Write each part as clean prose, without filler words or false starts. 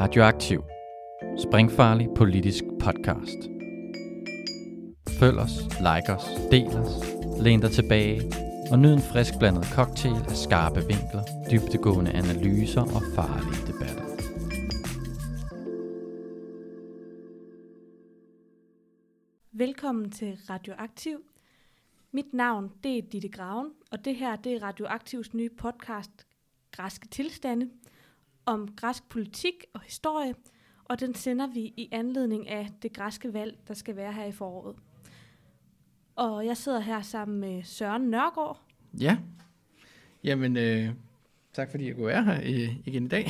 Radioaktiv. Springfarlig politisk podcast. Følg os, like os, del os, læn dig tilbage og nyd en frisk blandet cocktail af skarpe vinkler, dybdegående analyser og farlige debatter. Velkommen til Radioaktiv. Mit navn det er Ditte Graven, og det her det er Radioaktivs nye podcast, Græske Tilstande, om græsk politik og historie, og den sender vi i anledning af det græske valg, der skal være her i foråret. Og jeg sidder her sammen med Søren Nørgaard. Ja, jamen tak fordi jeg kunne være her igen i dag.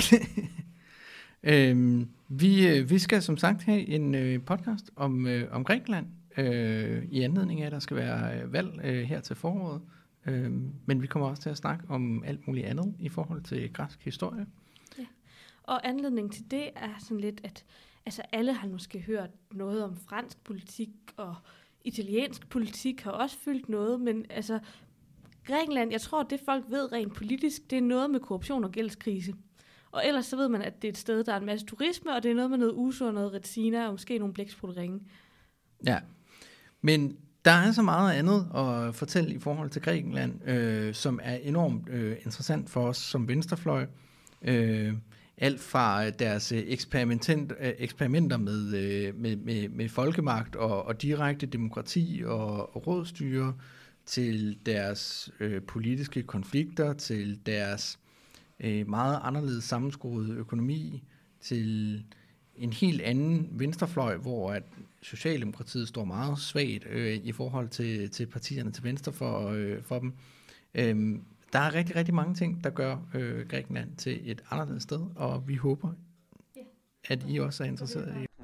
Vi skal som sagt have en podcast om Grækenland, i anledning af, at der skal være valg her til foråret. Men vi kommer også til at snakke om alt muligt andet i forhold til græsk historie. Ja. Og anledningen til det er sådan lidt, at altså alle har måske hørt noget om fransk politik, og italiensk politik har også fyldt noget, men altså Grækenland, jeg tror, det folk ved rent politisk, det er noget med korruption og gældskrise. Og ellers så ved man, at det er et sted, der er en masse turisme, og det er noget med noget uso og noget retsina, og måske nogle blæksprutteringe. Ja, men der er så meget andet at fortælle i forhold til Grækenland, som er enormt interessant for os som venstrefløj. Alt fra deres eksperimenter med folkemagt og direkte demokrati og rådstyre, til deres politiske konflikter, til deres meget anderledes sammenskruede økonomi, til en helt anden venstrefløj, hvor at Socialdemokratiet står meget svagt i forhold til partierne til venstre for dem. Der er rigtig, rigtig mange ting, der gør Grækenland til et anderledes sted, og vi håber, at I også er interesseret i.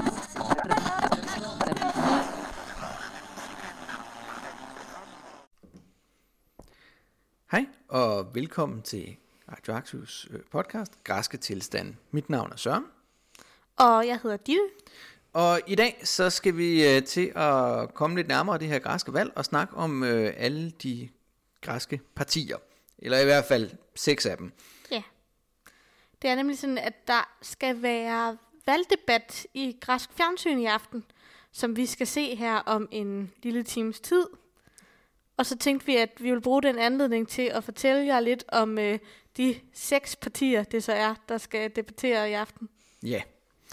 Hej, og velkommen til Radioaktivs podcast, Græske Tilstande. Mit navn er Søren. Og jeg hedder Ditte. Og i dag så skal vi til at komme lidt nærmere det her græske valg og snakke om alle de græske partier. Eller i hvert fald 6 af dem. Ja. Det er nemlig sådan, at der skal være valgdebat i græsk fjernsyn i aften, som vi skal se her om en lille times tid. Og så tænkte vi, at vi vil bruge den anledning til at fortælle jer lidt om de 6 partier, det så er, der skal debattere i aften. Ja.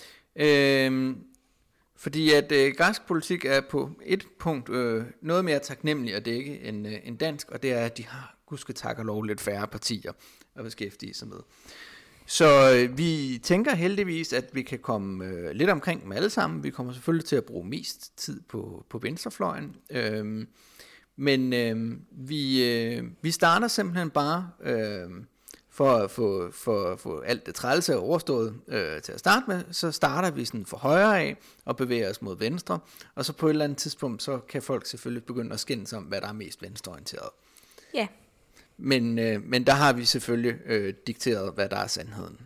Fordi at græsk politik er på et punkt noget mere taknemmelig at dække end dansk, og det er, at de har gudsketak og lov lidt færre partier at beskæftige sig med. Så vi tænker heldigvis, at vi kan komme lidt omkring dem alle sammen. Vi kommer selvfølgelig til at bruge mest tid på venstrefløjen. Men vi starter simpelthen bare for at få alt det trælse overstået til at starte med, så starter vi sådan for højre af og bevæger os mod venstre, og så på et eller andet tidspunkt, så kan folk selvfølgelig begynde at skændes om, hvad der er mest venstreorienteret. Ja. Men der har vi selvfølgelig dikteret, hvad der er sandheden.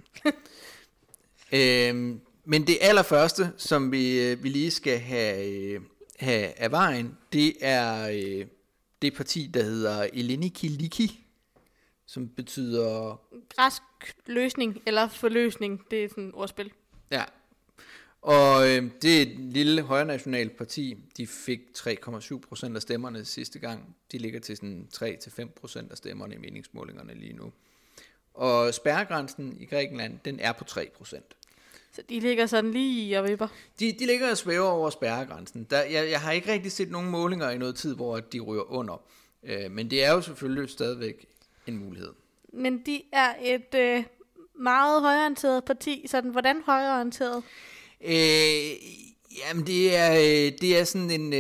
Men det allerførste, som vi lige skal have af vejen, det er det parti, der hedder Elleniki Liki, som betyder græsk løsning eller forløsning. Det er sådan et ordspil. Ja. Og det er et lille højrenationalt parti. De fik 3,7% af stemmerne sidste gang. De ligger til sådan 3-5% af stemmerne i meningsmålingerne lige nu. Og spærregrænsen i Grækenland, den er på 3%. Så de ligger sådan lige og vipper? De ligger og svæver over spærregrænsen. Jeg har ikke rigtig set nogen målinger i noget tid, hvor de ryger under. Men det er jo selvfølgelig stadigvæk en mulighed. Men de er et meget højreorienteret parti. Sådan, hvordan højreorienteret? Jamen det er sådan en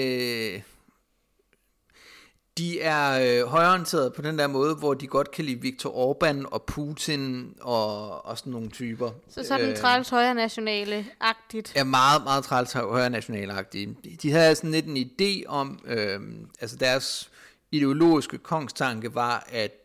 de er højreorienteret på den der måde, hvor de godt kan lide Viktor Orbán og Putin og sådan nogle typer. Så sådan træls højrenationale-agtigt. Ja, meget, meget træls højrenationale-agtigt. De havde sådan lidt en idé om, altså deres ideologiske kongstanke var,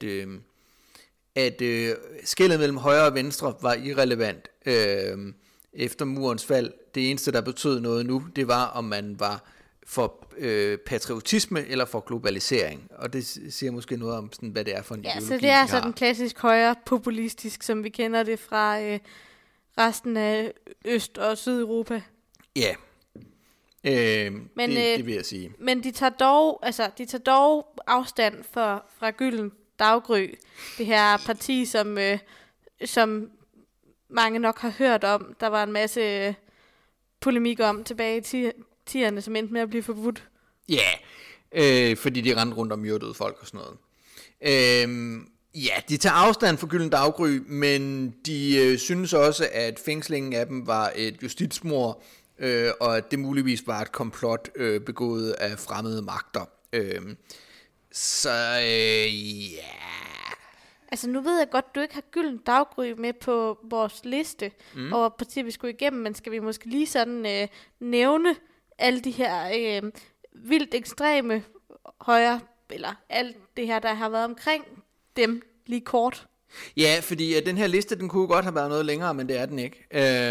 at skellet mellem højre og venstre var irrelevant efter murens fald. Det eneste, der betød noget nu, det var, om man var for patriotisme eller for globalisering. Og det siger måske noget om, sådan, hvad det er for en ideologi, så det er sådan klassisk højre populistisk, som vi kender det fra resten af Øst- og Sydeuropa. Ja, Men, det vil jeg sige. Men de tager dog afstand fra Gylden Daggry, det her parti, som mange nok har hørt om. Der var en masse polemik om tilbage i 10'erne, som endte med at blive forbudt. Ja, fordi de rendte rundt og myrdede folk og sådan noget. Ja, de tager afstand fra Gylden Daggry, men de synes også, at fængslingen af dem var et justitsmord, og at det muligvis var et komplot begået af fremmede magter. Ja. Altså nu ved jeg godt, du ikke har Gylden Daggry med på vores liste over partier, vi skulle igennem, men skal vi måske lige sådan nævne alle de her vildt ekstreme højre, eller alt det her, der har været omkring dem lige kort? Ja, fordi den her liste, den kunne godt have været noget længere, men det er den ikke.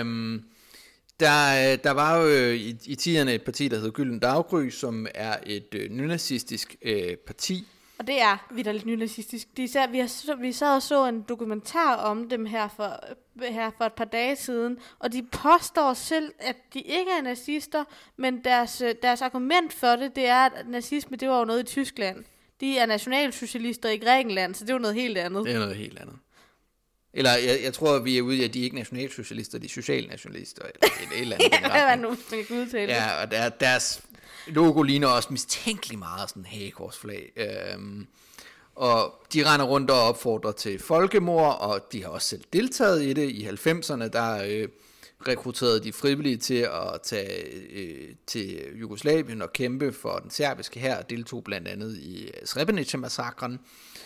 Der var jo i 10'erne et parti, der hed Gylden Daggry, som er et nynazistisk parti. Og det er vitterligt nynazistisk. Vi sad og så en dokumentar om dem her for et par dage siden, og de påstår selv, at de ikke er nazister, men deres argument for det er, at nazisme, det var jo noget i Tyskland. De er nationalsocialister i Grækenland, så det er jo noget helt andet. Det er noget helt andet. Eller jeg tror, vi er ude i, at de ikke er nationalsocialister, de er socialnationalister, eller et eller andet. Ja, hvad nu, man kan udtale det. Ja, og deres logo ligner også mistænkeligt meget sådan en hagekorsflag. Og de render rundt og opfordrer til folkemord, og de har også selv deltaget i det. I 90'erne, der rekrutterede de frivillige til at tage til Jugoslavien og kæmpe for den serbiske hær, og deltog blandt andet i Srebrenica-massakren.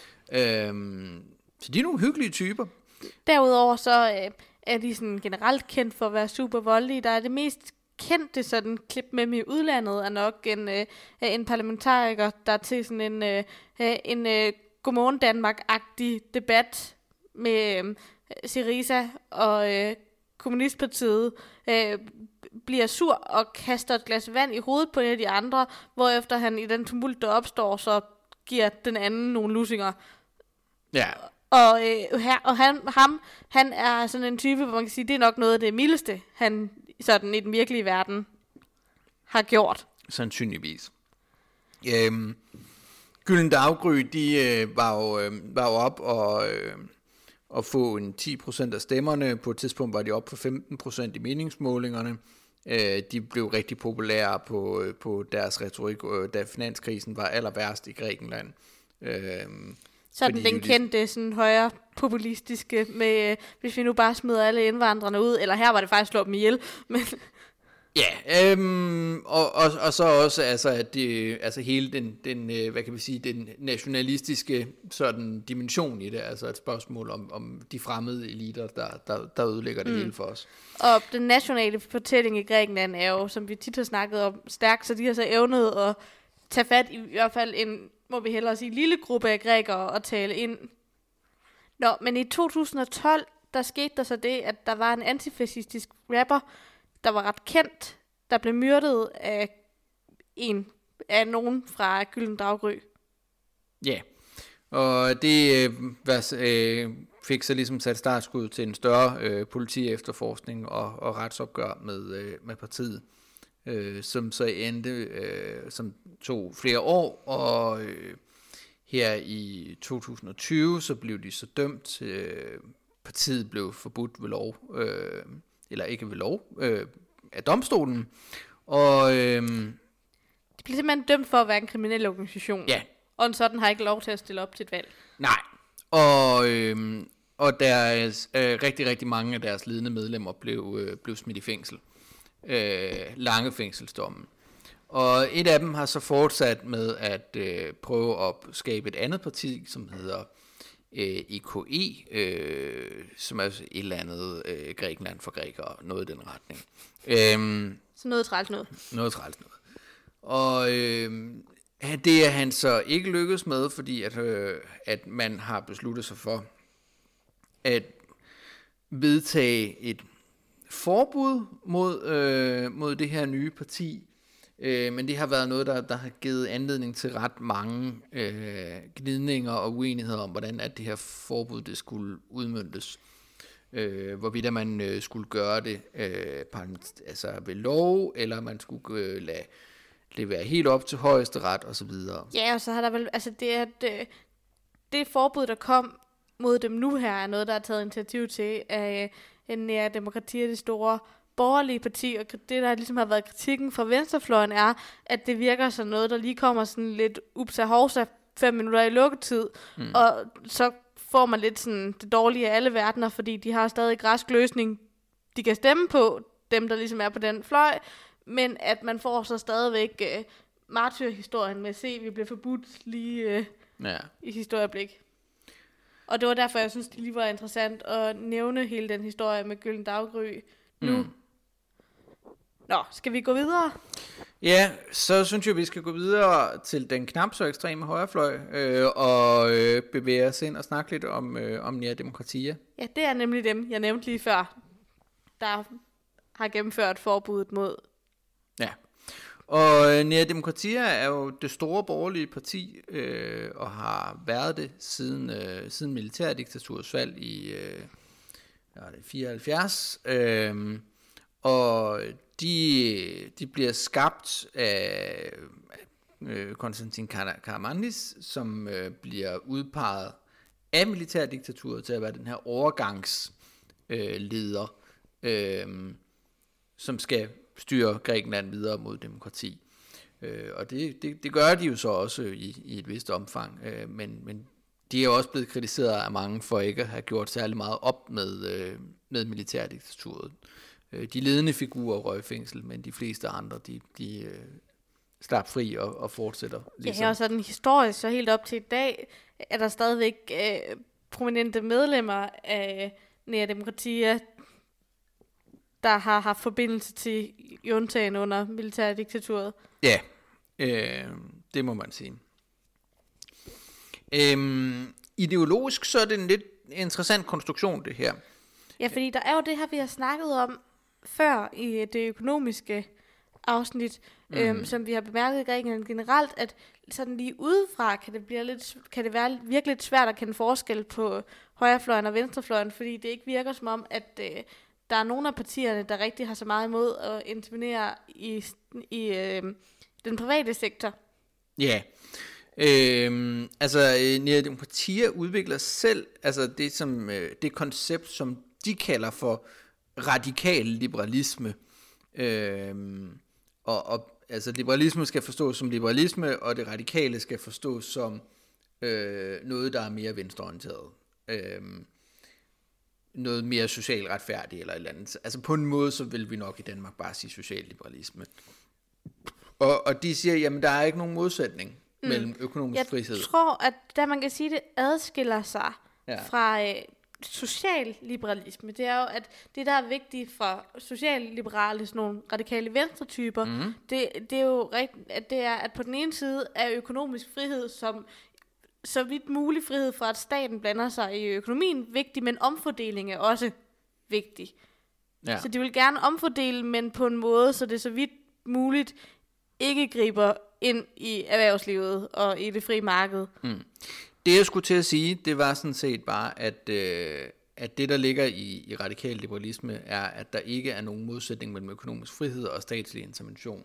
Så de er nogle hyggelige typer. Derudover så er de sådan generelt kendt for at være super voldelige. Der er det mest kendte sådan klip med dem i udlandet er nok en parlamentariker, der til sådan en Godmorgen Danmark-agtig debat med Syriza og Kommunistpartiet bliver sur og kaster et glas vand i hovedet på en af de andre, hvorefter han i den tumult, der opstår, så giver den anden nogle lussinger. Ja. Og han er sådan en type, hvor man kan sige, det er nok noget af det mildeste, han sådan i den virkelige verden har gjort. Sandsynligvis. Gylden Daggry, de var jo op og få en 10% af stemmerne. På et tidspunkt var de op på 15% i meningsmålingerne. De blev rigtig populære på deres retorik, da finanskrisen var aller værst i Grækenland. Sådan den kendte sådan højre populistiske med, hvis vi nu bare smider alle indvandrerne ud, eller her var det faktisk slå dem ihjel, men... Ja, og så også altså at det, altså hele den hvad kan vi sige, den nationalistiske sådan dimension i det, altså et spørgsmål om de fremmede eliter, der ødelægger det hele for os. Og den nationale fortælling i Grækenland er jo, som vi tit har snakket om, stærk, så de har så evnet at tage fat i hvert fald en, må vi hellere sige, lille gruppe af grækere og tale ind. Nå, men i 2012, der skete der så det, at der var en antifascistisk rapper, der var ret kendt, der blev myrdet af nogen fra Gylden Daggry. Ja, og det fik så ligesom sat startskud til en større politiefterforskning og retsopgør med partiet, som så endte, som tog flere år, og her i 2020, så blev de så dømt. Partiet blev forbudt ved lov, eller ikke ved lov, af domstolen. Og de blev simpelthen dømt for at være en kriminel organisation. Ja. Og en sådan har ikke lov til at stille op til et valg. Nej. Og deres, rigtig, rigtig mange af deres ledende medlemmer blev smidt i fængsel. Lange fængselsdomme. Og et af dem har så fortsat med at prøve at skabe et andet parti, som hedder EKE, som er et eller andet Grækenland for grækere, noget i den retning. Så noget træls noget. Noget træls noget. Og det er han så ikke lykkedes med, fordi at man har besluttet sig for at vedtage et forbud mod det her nye parti. Men det har været noget, der har givet anledning til ret mange gnidninger og uenigheder om, hvordan at det her forbud det skulle udmøntes. hvorvidt man skulle gøre det ved lov, eller man skulle lade det være helt op til højesteret og så videre. Ja, og så har der vel, altså det forbud, der kom mod dem nu her, er noget, der er taget initiativ til af Nea Demokratia, det store borgerlige parti, og det, der ligesom har været kritikken fra venstrefløjen, er, at det virker som noget, der lige kommer sådan lidt upsa hovsa 5 minutter i lukketid, og så får man lidt sådan det dårlige af alle verdener, fordi de har stadig græsk løsning, de kan stemme på, dem der ligesom er på den fløj, men at man får så stadigvæk martyrhistorien med at se, vi blev forbudt lige i sidste øjeblik. Og det var derfor, jeg synes, det lige var interessant at nævne hele den historie med Gylden Daggry nu. Nå, skal vi gå videre? Ja, så synes jeg, vi skal gå videre til den knap så ekstreme højrefløj, og bevæge os ind og snakke lidt om Nea Demokratia. Ja, det er nemlig dem, jeg nævnte lige før, der har gennemført forbuddet mod. Ja, og Nea Demokratia er jo det store borgerlige parti, og har været det siden militærdiktaturets fald i 74, og de bliver skabt af Konstantin Karamanlis, som bliver udpeget af militærdiktaturet til at være den her overgangsleder, som skal styre Grækenland videre mod demokrati. Og det gør de jo så også i et vist omfang, men de er jo også blevet kritiseret af mange for ikke at have gjort særlig meget op med militærdiktaturet. De ledende figurer røg i fængsel, men de fleste andre, de slap fri og fortsætter. Ligesom. Ja, og sådan historisk, så helt op til i dag, er der stadigvæk prominente medlemmer af Nea Demokratia, der har haft forbindelse til juntaen under militærdiktaturet. Ja, det må man sige. Ideologisk så er det en lidt interessant konstruktion, det her. Ja, fordi der er jo det her, vi har snakket om før i det økonomiske afsnit, som vi har bemærket i Grækenland generelt, at sådan lige udefra kan det være virkelig lidt svært at kende forskel på højrefløjen og venstrefløjen, fordi det ikke virker som om, at der er nogle af partierne, der rigtig har så meget imod at intervenere i den private sektor. Ja, Nea Demokratia udvikler selv det koncept, som de kalder for radikal liberalisme. Altså liberalisme skal forstås som liberalisme, og det radikale skal forstås som noget, der er mere venstreorienteret. Noget mere socialt retfærdigt eller et eller andet. Altså på en måde, så vil vi nok i Danmark bare sige socialliberalisme. Og de siger, jamen der er ikke nogen modsætning mellem økonomisk frihed. Jeg tror, at der man kan sige, det adskiller sig fra socialliberalisme. Det er jo, at det der er vigtigt for socialliberale, sådan nogle radikale venstretyper, det er jo rigtigt, at det er, at på den ene side er økonomisk frihed som så vidt mulig frihed for, at staten blander sig i økonomien, vigtig, men omfordeling er også vigtig. Ja. Så de vil gerne omfordele, men på en måde, så det så vidt muligt ikke griber ind i erhvervslivet og i det frie marked. Det jeg skulle til at sige, det var sådan set bare, at det der ligger i radikal liberalisme, er, at der ikke er nogen modsætning mellem økonomisk frihed og statslig intervention.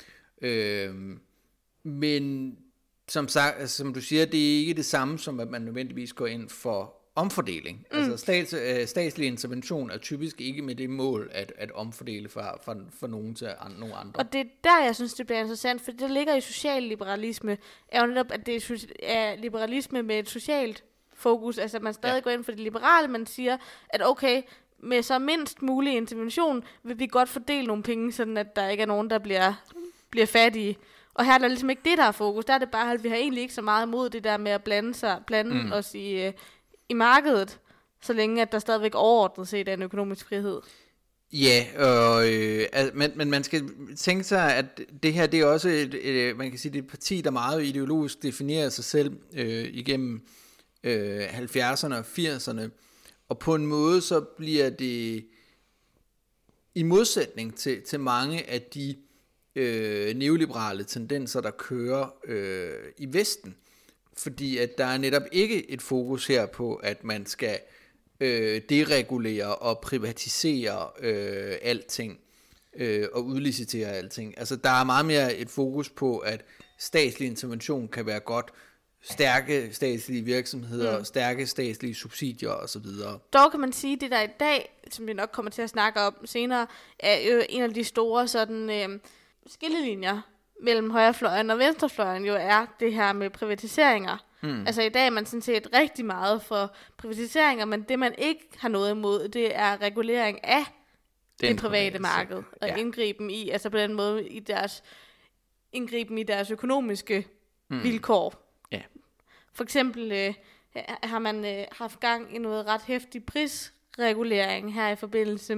Men som du siger, det er ikke det samme som, at man nødvendigvis går ind for omfordeling. Altså statslig intervention er typisk ikke med det mål at omfordele fra nogen til nogle andre. Og det er der, jeg synes, det bliver interessant, for det ligger i socialliberalisme, er jo netop, at det er liberalisme med et socialt fokus. Altså man stadig går ind for det liberale, man siger, at okay, med så mindst mulig intervention, vil vi godt fordele nogle penge, sådan at der ikke er nogen, der bliver fattige. Og her er der ligesom ikke det, der er fokus. Der er det bare, at vi har egentlig ikke så meget imod det der med at blande os i markedet, så længe at der stadigvæk overordnet set er en økonomisk frihed. Ja, men man skal tænke sig, at det her, det er også man kan sige, det er et parti, der meget ideologisk definerer sig selv igennem 70'erne og 80'erne, og på en måde så bliver det i modsætning til mange af de neoliberale tendenser, der kører i Vesten. Fordi at der er netop ikke et fokus her på, at man skal deregulere og privatisere alting og udlicitere alting. Altså der er meget mere et fokus på, at statslig intervention kan være godt, stærke statslige virksomheder, stærke statslige subsidier osv. Dog kan man sige, at det der i dag, som vi nok kommer til at snakke om senere, er jo en af de store sådan, skillelinjer mellem højrefløjen og venstrefløjen jo er det her med privatiseringer. Altså i dag er man sådan set rigtig meget for privatiseringer, men det man ikke har noget imod, det er regulering af det private marked og indgriben i, altså på den måde indgriben i deres økonomiske vilkår. Ja. For eksempel har man haft gang i noget ret heftig prisregulering her i forbindelse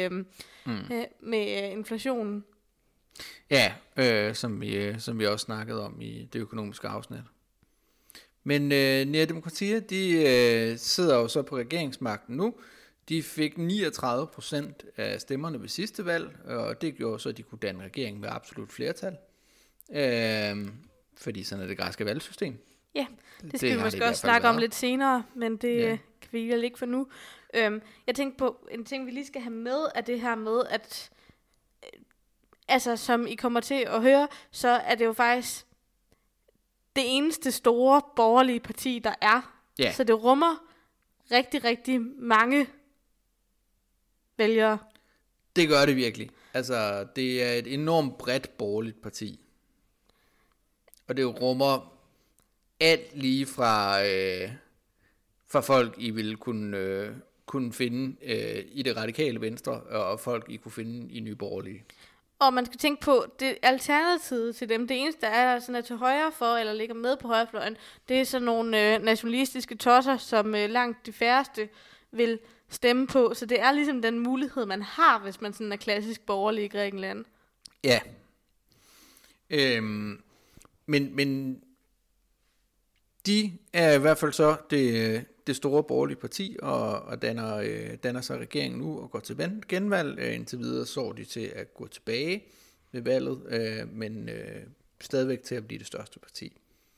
med inflationen. Ja, som vi også snakkede om i det økonomiske afsnit. Men Nea Dimokratia, de sidder jo så på regeringsmagten nu. De fik 39% af stemmerne ved sidste valg, og det gjorde så, at de kunne danne regering med absolut flertal. Fordi sådan er det græske valgsystem. Ja, det skal vi måske også snakke om lidt senere, men det kan vi ikke for nu. Jeg tænkte på, en ting vi lige skal have med, er det her med, at altså som I kommer til at høre, så er det jo faktisk det eneste store borgerlige parti, der er. Ja. Så det rummer rigtig, rigtig mange vælgere. Det gør det virkelig. Altså, det er et enormt bredt borgerligt parti. Og det rummer alt lige fra folk, I vil kunne finde i det radikale venstre, og folk, I kunne finde i Nye Borgerlige. Og man skal tænke på, det alternativet til dem, det eneste, der er sådan er til højre for, eller ligger med på højrefløjen, det er sådan nogle nationalistiske tosser, som langt de færreste vil stemme på. Så det er ligesom den mulighed, man har, hvis man sådan er klassisk borgerlig i Grækenland. Ja. Men de er i hvert fald så det store borgerlige parti, og danner sig regeringen nu og går til genvalg. Indtil videre så de til at gå tilbage ved valget, men stadigvæk til at blive det største parti.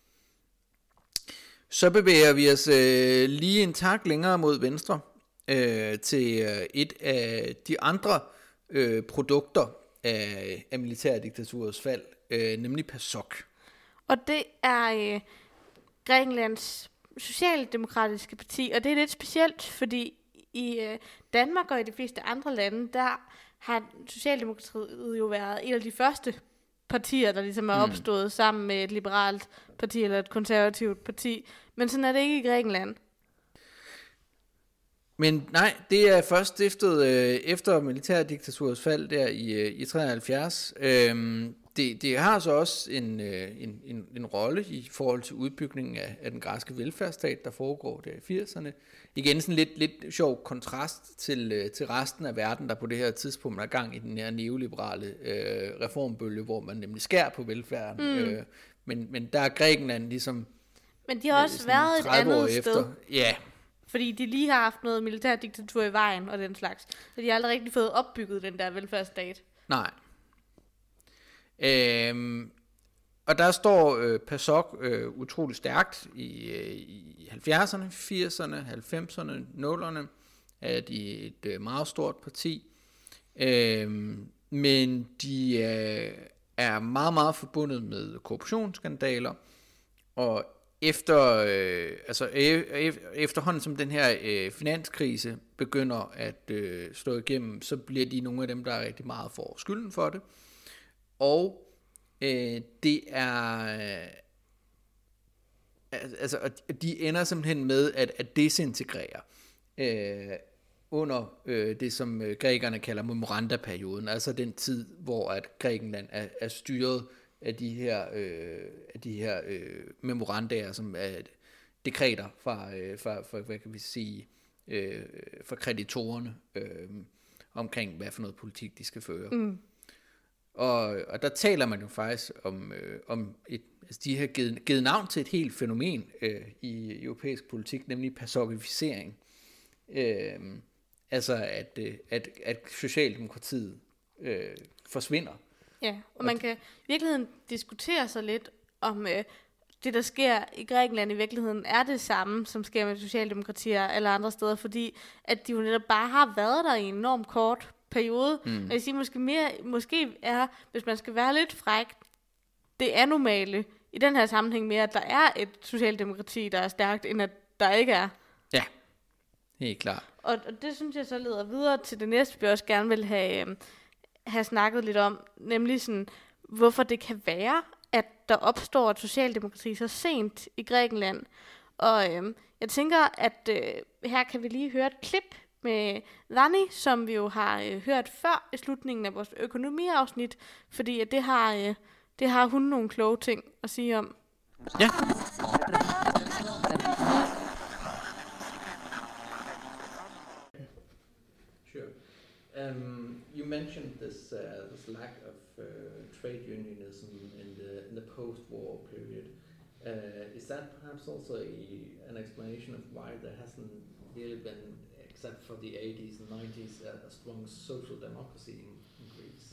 Så bevæger vi os lige en tak længere mod venstre til et af de andre produkter af militærdiktaturets fald, nemlig PASOK. Og det er Grækenlands socialdemokratiske parti, og det er lidt specielt, fordi i Danmark og i de fleste andre lande, der har Socialdemokratiet jo været en af de første partier, der ligesom er opstået sammen med et liberalt parti eller et konservativt parti. Men sådan er det ikke i Grækenland. Men nej, det er først stiftet efter militærdiktaturets fald der i 73. Det har så også en rolle i forhold til udbygningen af den græske velfærdsstat, der foregår der i 80'erne. Igen sådan lidt sjov kontrast til resten af verden, der på det her tidspunkt er gang i den her neoliberale reformbølge, hvor man nemlig skærer på velfærden. Men der er Grækenland ligesom... Men de har også været et andet sted. Ja. Fordi de lige har haft noget militærdiktatur i vejen og den slags. Så de har aldrig rigtig fået opbygget den der velfærdsstat. Nej. Og der står PASOK utrolig stærkt i 70'erne, 80'erne, 90'erne, 0'erne, er de et meget stort parti. Men de er meget, meget forbundet med korruptionsskandaler, og efterhånden som den her finanskrise begynder at slå igennem, så bliver de nogle af dem, der er rigtig meget for skylden for det. Og det er de ender simpelthen med at desintegrere under det, som grækerne kalder memoranda-perioden, altså den tid, hvor at Grækenland er styret af de her memorandaer, som er dekreter fra hvad kan vi sige, fra kreditorerne omkring, hvad for noget politik de skal føre. Og der taler man jo faktisk om de har givet navn til et helt fænomen i europæisk politik, nemlig PASOKificering. Altså at Socialdemokratiet forsvinder. Ja, og man kan i virkeligheden diskutere sig lidt om det, der sker i Grækenland i virkeligheden, er det samme, som sker med socialdemokratier eller andre steder, fordi at de jo netop bare har været der i en enormt kort periode. Jeg vil sige, måske er, hvis man skal være lidt fræk, det er normale i den her sammenhæng mere, at der er et socialdemokrati, der er stærkt, end at der ikke er. Ja, helt klart. Og det synes jeg så leder videre til det næste, vi også gerne vil have snakket lidt om, nemlig sådan, hvorfor det kan være, at der opstår et socialdemokrati så sent i Grækenland. Og jeg tænker, at her kan vi lige høre et klip med Dani, som vi jo har hørt før i slutningen af vores økonomiafsnit, fordi at det har hun nogle kloge ting at sige om. Ja. Sure. You mentioned this lack of trade unionism in the post-war period. Is that perhaps also an explanation of why there hasn't really been, except for the 80s and 90s, a strong social democracy in Greece?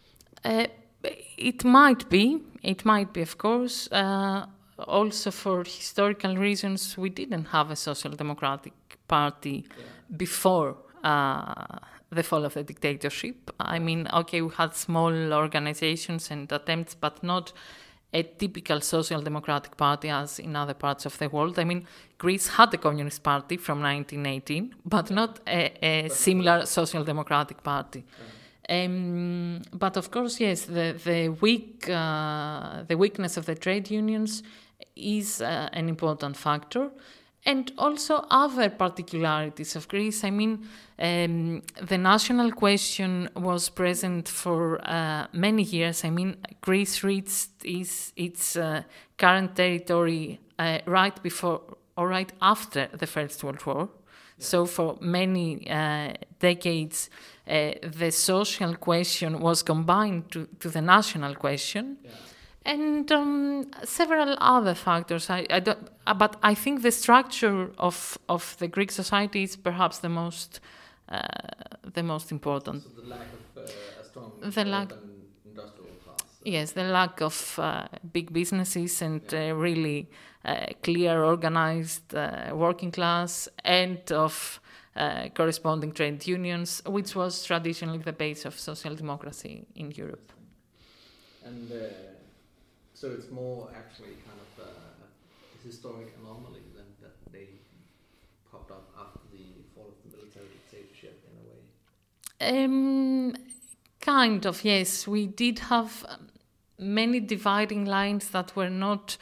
It might be, of course. Also, for historical reasons, we didn't have a social democratic party before the fall of the dictatorship. I mean, okay, we had small organizations and attempts, but not a typical social democratic party as in other parts of the world. I mean, Greece had a communist party from 1918, but not a similar social democratic party. But of course, yes, the weakness of the trade unions is an important factor. And also other particularities of Greece. I mean, the national question was present for many years. I mean, Greece reached its current territory right before or right after the First World War. Yeah. So for many decades, the social question was combined to the national question. Yeah. And several other factors. But I think the structure of the Greek society is perhaps the most important. So the lack of a strong industrial class. Yes, the lack of big businesses and really clear, organized working class, and of corresponding trade unions, which was traditionally the base of social democracy in Europe. And so it's more actually kind of a historic anomaly than that they popped up after the fall of the military dictatorship in a way? Kind of, yes. We did have many dividing lines that were not,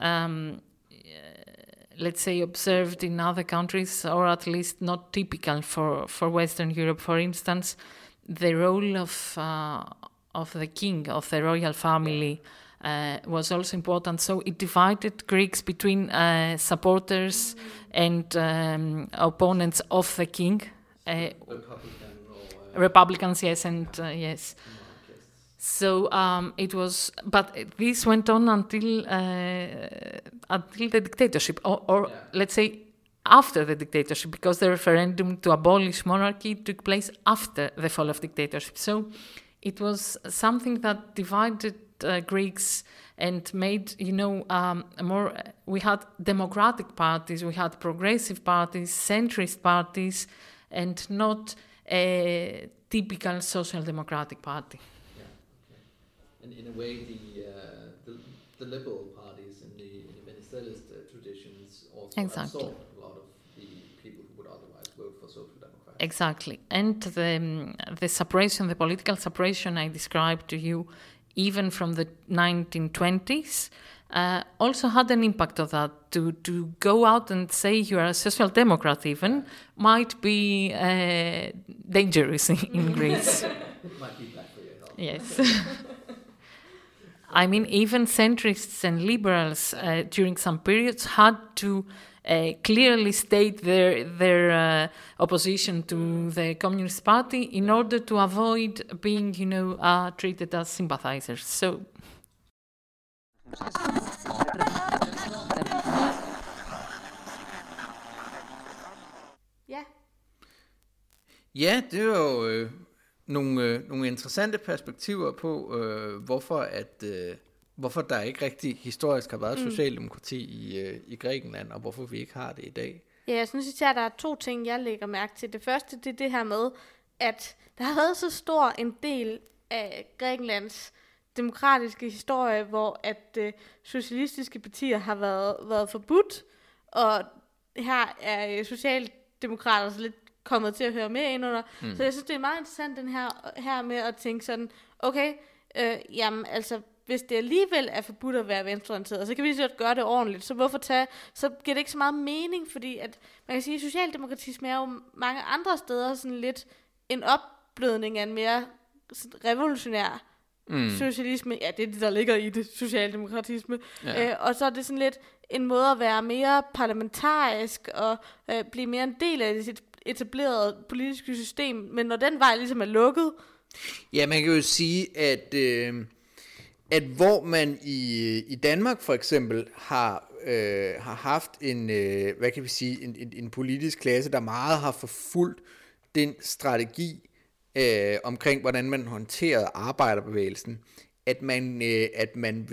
let's say, observed in other countries, or at least not typical for Western Europe. For instance, the role of the king, of the royal family, was also important. So it divided Greeks between supporters and opponents of the king. Republicans, yes, and yes. So it was, but this went on until the dictatorship, or let's say after the dictatorship, because the referendum to abolish monarchy took place after the fall of dictatorship. So it was something that divided Greeks and made, more. We had democratic parties, we had progressive parties, centrist parties, and not a typical social democratic party. Yeah, okay. And in a way, the liberal parties in the Venizelist traditions also absorbed a lot of the people who would otherwise vote for social democrats. Exactly, and the separation, the political separation I described to you, even from the 1920s, also had an impact of that. To go out and say you are a social democrat even might be dangerous in Greece. It might be bad for your health. Yes. I mean, even centrists and liberals during some periods had to clearly state their opposition to the Communist Party in order to avoid being, treated as sympathizers. So. Ja, det er jo nogle interessante perspektiver på, hvorfor at hvorfor der ikke rigtig historisk har været socialdemokrati i Grækenland, og hvorfor vi ikke har det i dag. Ja, jeg synes især, der er 2 ting, jeg lægger mærke til. Det første, det er det her med, at der har været så stor en del af Grækenlands demokratiske historie, hvor at socialistiske partier har været forbudt, og her er socialdemokrater så lidt kommet til at høre med ind under. Så jeg synes, det er meget interessant den her med at tænke sådan, okay, jamen altså, hvis det alligevel er forbudt at være venstreorienteret, så kan vi lige så godt gøre det ordentligt. Så så giver det ikke så meget mening, fordi at man kan sige, at socialdemokratisme er jo mange andre steder sådan lidt en opblødning af en mere revolutionær socialisme. Ja, det er det, der ligger i det, socialdemokratisme. Ja. Og så er det sådan lidt en måde at være mere parlamentarisk og blive mere en del af det etablerede politiske system. Men når den vej ligesom er lukket... Ja, man kan jo sige, at hvor man i Danmark for eksempel har haft en politisk klasse, der meget har forfulgt den strategi omkring, hvordan man håndterede arbejderbevægelsen, at man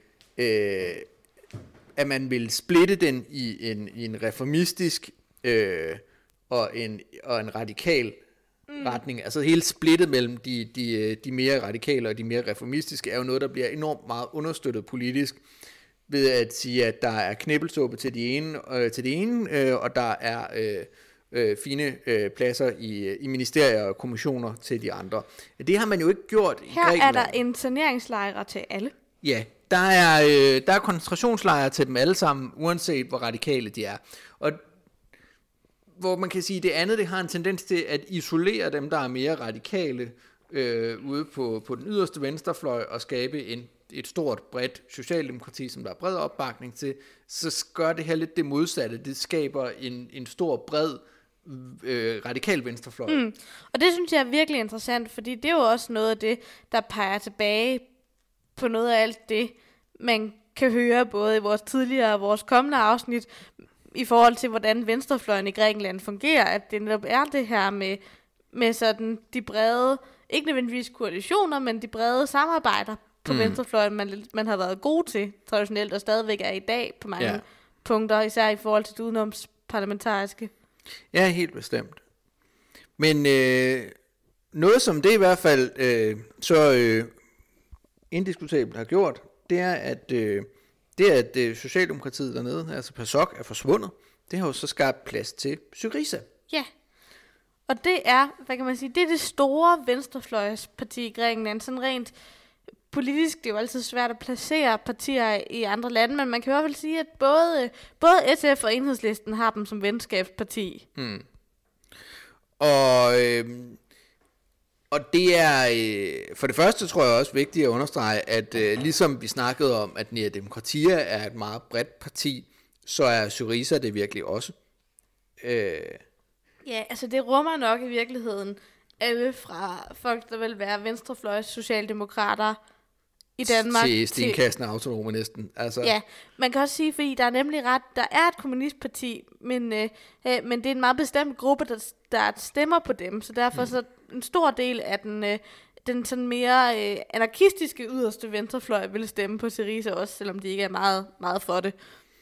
ville splitte den i en reformistisk og en radikal retning. Altså hele splittet mellem de mere radikale og de mere reformistiske er jo noget, der bliver enormt meget understøttet politisk ved at sige, at der er knibbelsuppe til det ene, og der er fine pladser i ministerier og kommissioner til de andre. Det har man jo ikke gjort i Grækenland. Her er der interneringslejre til alle. Ja, der er koncentrationslejre til dem alle sammen, uanset hvor radikale de er. Og hvor man kan sige, at det andet, det har en tendens til at isolere dem, der er mere radikale ude på den yderste venstrefløj og skabe et stort, bredt socialdemokrati, som der er bred opbakning til, så gør det her lidt det modsatte. Det skaber en stor, bred radikal venstrefløj. Og det synes jeg er virkelig interessant, fordi det er jo også noget af det, der peger tilbage på noget af alt det, man kan høre både i vores tidligere og vores kommende afsnit, i forhold til, hvordan venstrefløjen i Grækenland fungerer, at det netop er det her med sådan de brede, ikke nødvendigvis koalitioner, men de brede samarbejder på venstrefløjen, man har været god til traditionelt, og stadigvæk er i dag på mange punkter, især i forhold til det udenomsparlamentariske. Ja, helt bestemt. Men noget, som det i hvert fald indiskutabelt har gjort, det er, at Socialdemokratiet dernede, altså PASOK, er forsvundet. Det har jo så skabt plads til Syriza. Ja, og det er, hvad kan man sige, det er det store venstrefløjsparti i Grækenland. Sådan rent politisk, det er jo altid svært at placere partier i andre lande, men man kan i hvert fald sige, at både SF og Enhedslisten har dem som venskabsparti. Og det er for det første, tror jeg også vigtigt at understrege, at ligesom vi snakkede om, at Nea Demokratia er et meget bredt parti, så er Syriza det virkelig også. Ja, altså det rummer nok i virkeligheden alle fra folk, der vil være venstrefløjs socialdemokrater i Danmark. Til stenkastende autonome næsten. Altså. Ja, man kan også sige, fordi der er nemlig der er et kommunistparti, men det er en meget bestemt gruppe, der stemmer på dem, så derfor så en stor del af den sådan mere anarkistiske yderste venstrefløj vil stemme på Syriza også, selvom de ikke er meget, meget for det.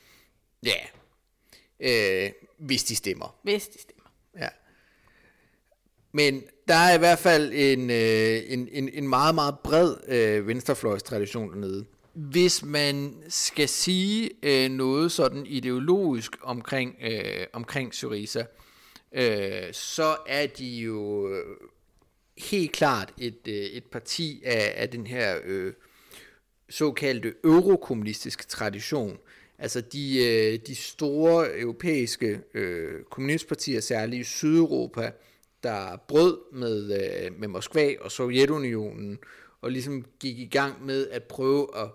Ja, hvis de stemmer. Hvis de stemmer. Ja. Men der er i hvert fald en meget, meget bred venstrefløjstradition dernede. Hvis man skal sige noget sådan ideologisk omkring Syriza, så er de jo helt klart et parti af den her såkaldte eurokommunistiske tradition. Altså de store europæiske kommunistpartier, særligt i Sydeuropa, der brød med Moskva og Sovjetunionen, og ligesom gik i gang med at prøve at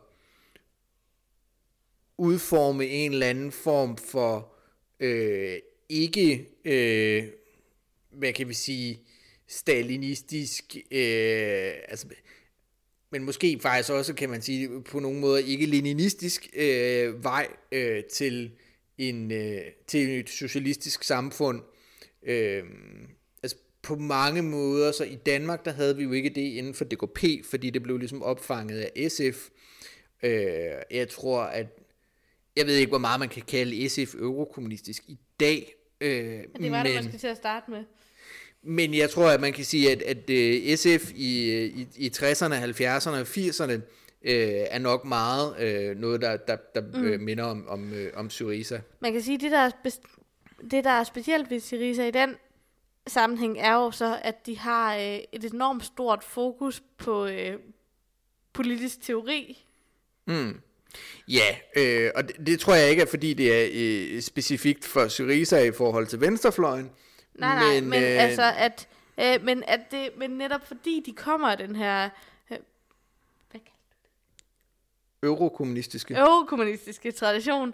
udforme en eller anden form for ikke, hvad kan vi sige, stalinistisk, altså, men måske faktisk også, kan man sige, på nogle måder ikke leninistisk vej til et socialistisk samfund. Altså på mange måder, så i Danmark, der havde vi jo ikke det inden for DKP, fordi det blev ligesom opfanget af SF, Jeg tror, at jeg ved ikke, hvor meget man kan kalde SF eurokommunistisk i dag. Det var det måske til at starte med. Men jeg tror, at man kan sige, at SF i 60'erne, 70'erne og 80'erne er nok meget noget, der minder om Syriza. Man kan sige, at det, der er specielt ved Syriza i den sammenhæng, er jo så, at de har et enormt stort fokus på politisk teori. Ja, og det tror jeg ikke er, fordi det er specifikt for Syriza i forhold til venstrefløjen. Nej, men altså, men netop fordi de kommer af den her eurokommunistiske tradition,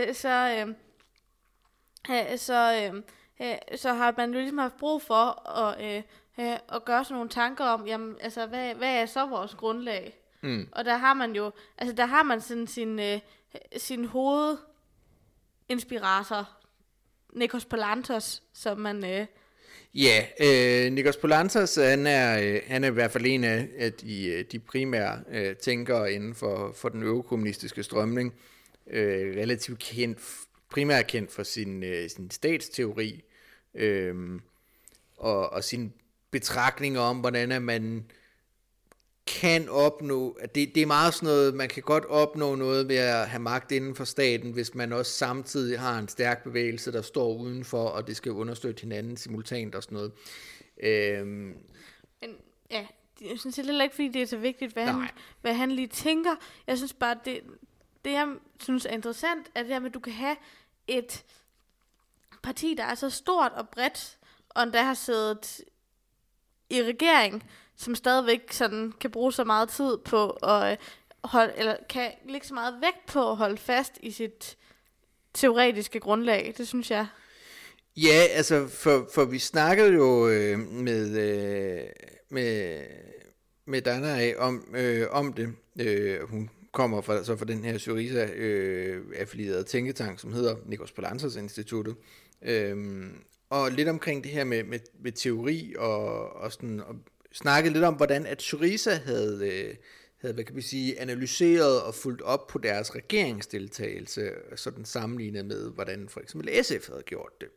så har man jo ligesom haft brug for at gøre sådan nogle tanker om, jamen, altså, hvad er så vores grundlag? Og der har man jo, altså der har man sådan sin hovedinspirator, Nikos Palantos, som man... Nikos Palantos, han er i hvert fald en af de primære tænkere inden for den eurokommunistiske strømning. Relativt primært kendt for sin statsteori og sine betragtninger om, hvordan man kan opnå, at det er meget sådan noget, man kan godt opnå noget ved at have magt inden for staten, hvis man også samtidig har en stærk bevægelse, der står udenfor, og det skal understøtte hinanden simultant og sådan noget. Men ja, jeg synes heller ikke, fordi det er så vigtigt, hvad han lige tænker. Jeg synes bare, det jeg synes er interessant, er det her med, at du kan have et parti, der er så stort og bredt, og endda har siddet i regering, som stadigvæk sådan kan bruge så meget tid på at holde, eller kan lægge så meget vægt på at holde fast i sit teoretiske grundlag. Det synes jeg. Ja, altså for vi snakkede jo med Dana om det. Hun kommer fra den her Syriza affilierede tænketank, som hedder Nikos Palantos Instituttet. Og lidt omkring det her med teori og sådan, og snakkede lidt om, hvordan at Syriza havde hvad kan vi sige, analyseret og fulgt op på deres regeringsdeltagelse, sådan sammenlignet med, hvordan for eksempel SF havde gjort det.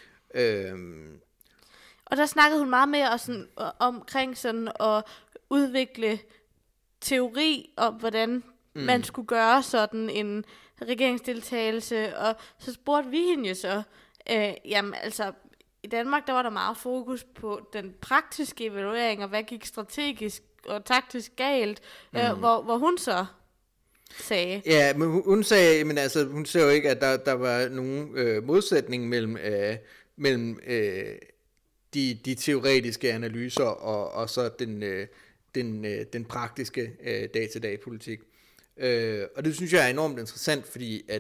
Og der snakkede hun meget mere sådan, omkring sådan at udvikle teori om, hvordan man skulle gøre sådan en regeringsdeltagelse, og så spurgte vi hende jo så, jamen altså, i Danmark, der var der meget fokus på den praktiske evaluering, og hvad gik strategisk og taktisk galt, hvor hun så sagde. Ja, men hun sagde, men altså, hun sagde jo ikke, at der var nogen modsætning mellem de teoretiske analyser og så den praktiske dag-til-dag politik. Og det synes jeg er enormt interessant, fordi at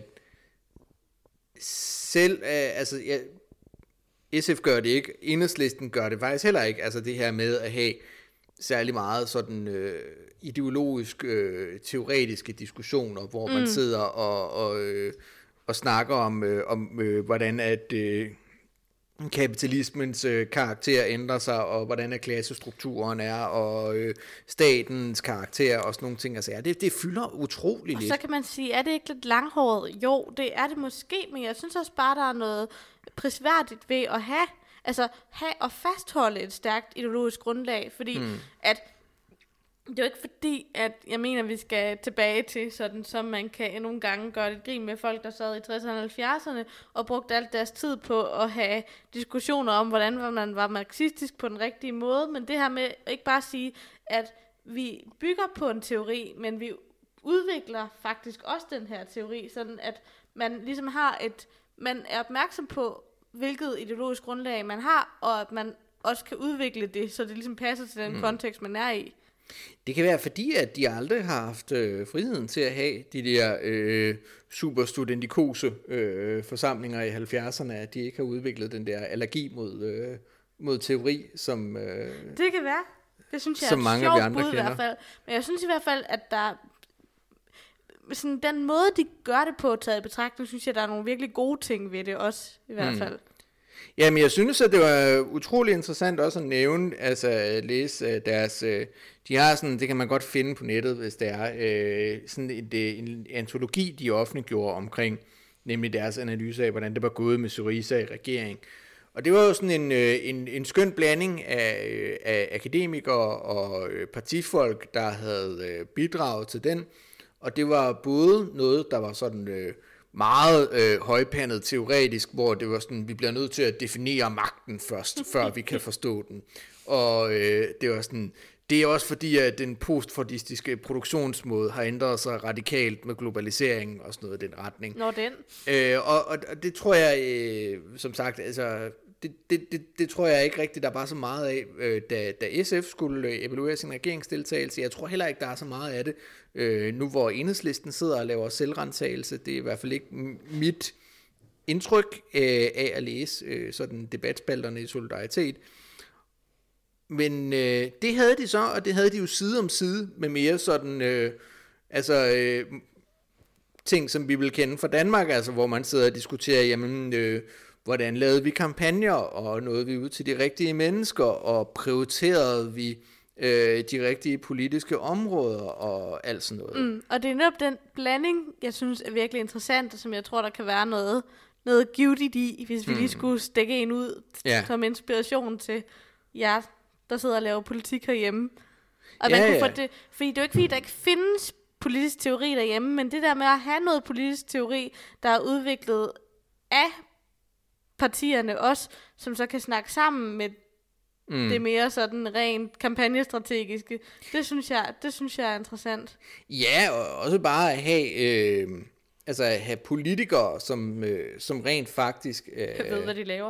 selv, altså, SF gør det ikke, Enhedslisten gør det faktisk heller ikke, altså det her med at have særlig meget sådan ideologisk teoretiske diskussioner, hvor man sidder og snakker om hvordan at kapitalismens karakter ændrer sig, og hvordan at klassestrukturen er, og statens karakter og sådan nogle ting. Altså, det fylder utroligt lidt. Og så kan man sige, er det ikke lidt langhåret? Jo, det er det måske, men jeg synes også bare, der er noget prisværdigt ved at have og fastholde et stærkt ideologisk grundlag, fordi at det er jo ikke fordi, at jeg mener, vi skal tilbage til sådan, som man kan nogle gange gøre det grin med folk, der sad i 60'erne og 70'erne, og brugte alt deres tid på at have diskussioner om, hvordan man var marxistisk på den rigtige måde, men det her med ikke bare at sige, at vi bygger på en teori, men vi udvikler faktisk også den her teori, sådan at man ligesom man er opmærksom på, hvilket ideologisk grundlag man har, og at man også kan udvikle det, så det ligesom passer til den kontekst, man er i. Det kan være fordi, at de aldrig har haft friheden til at have de der superstudentikose forsamlinger i 70'erne, at de ikke har udviklet den der allergi mod teori, som det kan være. Det synes jeg som mange af de andre kender. I hvert fald. Men jeg synes i hvert fald, at der sådan den måde, de gør det på, taget i betragtning, synes jeg, der er nogle virkelig gode ting ved det også, i hvert fald. Jamen, jeg synes, at det var utrolig interessant også at nævne, altså at læse deres, de har sådan, det kan man godt finde på nettet, hvis det er, sådan en antologi, de offentliggjorde omkring, nemlig deres analyse af, hvordan det var gået med Syriza i regering. Og det var jo sådan en skøn blanding af akademikere og partifolk, der havde bidraget til den, og det var både noget, der var sådan meget højpandet teoretisk, hvor det var sådan, vi bliver nødt til at definere magten først, før vi kan forstå den. Og det var sådan, det er også fordi, at den postfordistiske produktionsmåde har ændret sig radikalt med globaliseringen og sådan noget i den retning. Når den. Og det tror jeg, som sagt, altså, det tror jeg ikke rigtigt, der er bare så meget af, da SF skulle evaluere sin regeringsdeltagelse. Jeg tror heller ikke, der er så meget af det, nu hvor Enhedslisten sidder og laver selvrensagelse. Det er i hvert fald ikke mit indtryk af at læse sådan debatspalterne i Solidaritet. Men det havde de så, og det havde de jo side om side med mere sådan, ting, som vi vil kende fra Danmark, altså hvor man sidder og diskuterer, jamen, hvordan lavede vi kampagner, og nåede vi ud til de rigtige mennesker, og prioriterede vi de rigtige politiske områder, og alt sådan noget. Og det er netop den blanding, jeg synes er virkelig interessant, og som jeg tror, der kan være noget givtigt i, hvis vi lige skulle stikke en ud som inspiration til jer, der sidder og laver politik herhjemme. Og man kunne få det, fordi det er jo ikke fordi, der ikke findes politisk teori derhjemme, men det der med at have noget politisk teori, der er udviklet af partierne også, som så kan snakke sammen med det mere sådan rent kampagnestrategiske, det synes jeg er interessant. Ja, og også bare at have politikere, som rent faktisk ved, hvad de laver.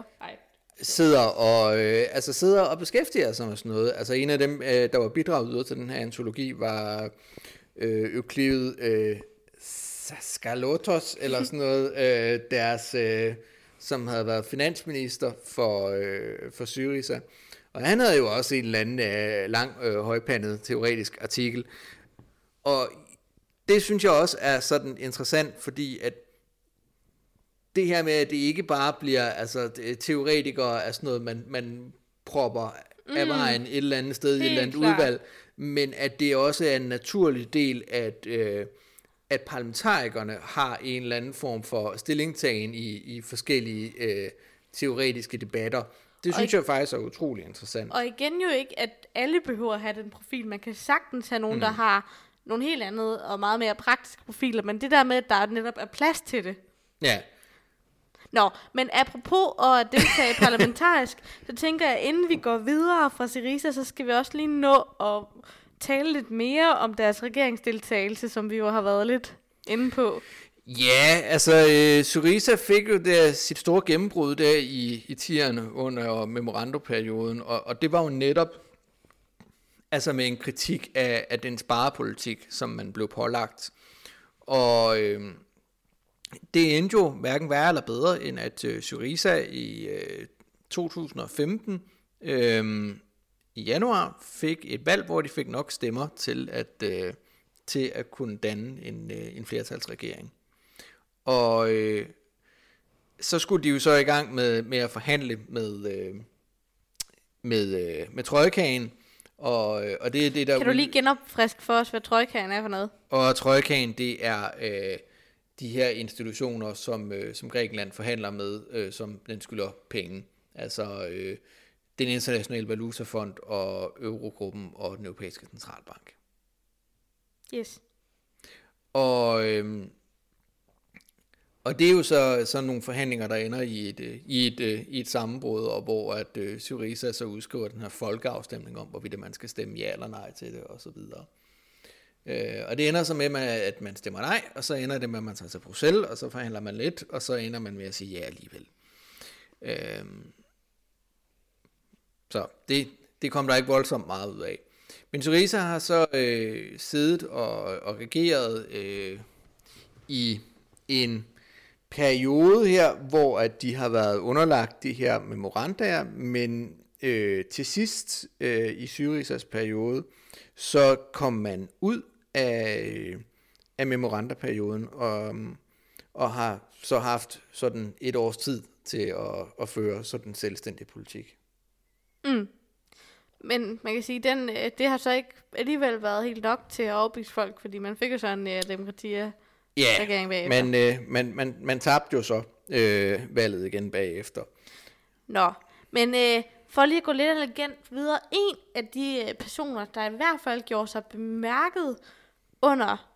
sidder og beskæftiger sig med sådan noget. Altså en af dem, der var bidraget ud til den her antologi, var Euclid Skalotos, eller sådan noget, deres, som havde været finansminister for Syriza. Og han havde jo også en eller anden lang, højpandet teoretisk artikel. Og det synes jeg også er sådan interessant, fordi at det her med, at det ikke bare bliver teoretikere af sådan noget, man propper af vejen et eller andet sted i et eller andet udvalg, men at det også er en naturlig del, at parlamentarikerne har en eller anden form for stillingtagen i forskellige teoretiske debatter. Det synes jeg faktisk er utrolig interessant. Og igen jo ikke, at alle behøver at have den profil. Man kan sagtens have nogen, der har nogle helt andet og meget mere praktiske profiler, men det der med, at der netop er plads til det. Ja. Nå, men apropos at deltage parlamentarisk, så tænker jeg, inden vi går videre fra Syriza, så skal vi også lige nå at tale lidt mere om deres regeringsdeltagelse, som vi jo har været lidt inde på. Ja, altså Syriza fik jo sit store gennembrud der i 10'erne under memorandumperioden, og det var jo netop altså med en kritik af den sparepolitik, som man blev pålagt. Og det endte jo hverken værre eller bedre, end at Syriza i 2015 i januar fik et valg, hvor de fik nok stemmer til at kunne danne en flertalsregering. Og så skulle de jo så i gang med at forhandle med trojkaen, og det er det der. Kan du lige genopfriske for os, hvad trojkaen er for noget? Og trojkaen, det er de her institutioner, som Grækenland forhandler med, som den skylder penge. Altså den internationale valutafond og Eurogruppen og den europæiske centralbank. Yes. Og det er jo så nogle forhandlinger, der ender i et sammenbrud, og hvor at Syriza så udskriver den her folkeafstemning om, hvorvidt man skal stemme ja eller nej til det, og så videre. Og det ender så med, at man stemmer nej, og så ender det med, at man tager til Bruxelles, og så forhandler man lidt, og så ender man med at sige ja alligevel. Så det kom der ikke voldsomt meget ud af. Men Syriza har så siddet og regeret i en periode her, hvor at de har været underlagt de her memorandaer, men til sidst i Syrizas periode, så kom man ud af memorandaperioden og har så haft sådan et års tid til at føre sådan en selvstændig politik. Mm. Men man kan sige, det har så ikke alligevel været helt nok til at overbevise folk, fordi man fik jo sådan en demokrati-regering bagefter. Men man tabte jo så valget igen bagefter. Nå, men for lige at gå lidt elegant videre, en af de personer, der i hvert fald gjorde sig bemærket under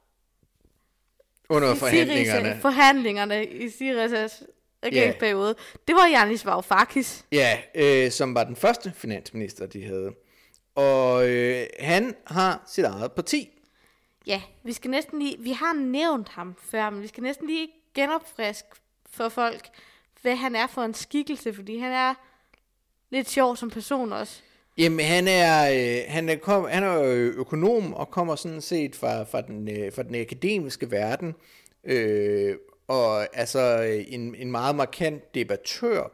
forhandlingerne i Syrizas regeringsperiode, det var Yanis Varoufakis. Ja, som var den første finansminister, de havde. Og han har sit eget parti. Ja, vi har nævnt ham før, men vi skal næsten lige genopfriske for folk, hvad han er for en skikkelse, fordi han er lidt sjov som person også. Jamen, han er jo økonom og kommer sådan set fra den akademiske verden, og altså en meget markant debattør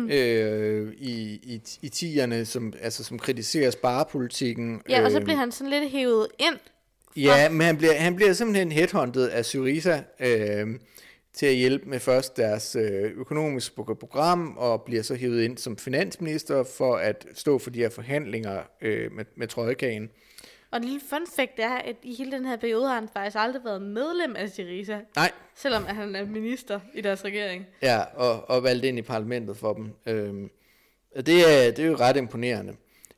i tierne, som kritiserer sparepolitikken. Ja, og så bliver han sådan lidt hævet ind. Ja, men han bliver simpelthen headhunted af Syriza til at hjælpe med først deres økonomiske program, og bliver så hævet ind som finansminister for at stå for de her forhandlinger med trojkaen. Og en lille fun fact er, at i hele den her periode har han faktisk aldrig været medlem af Syriza. Nej. Selvom at han er minister i deres regering. Ja, og valgt ind i parlamentet for dem. Det er jo ret imponerende.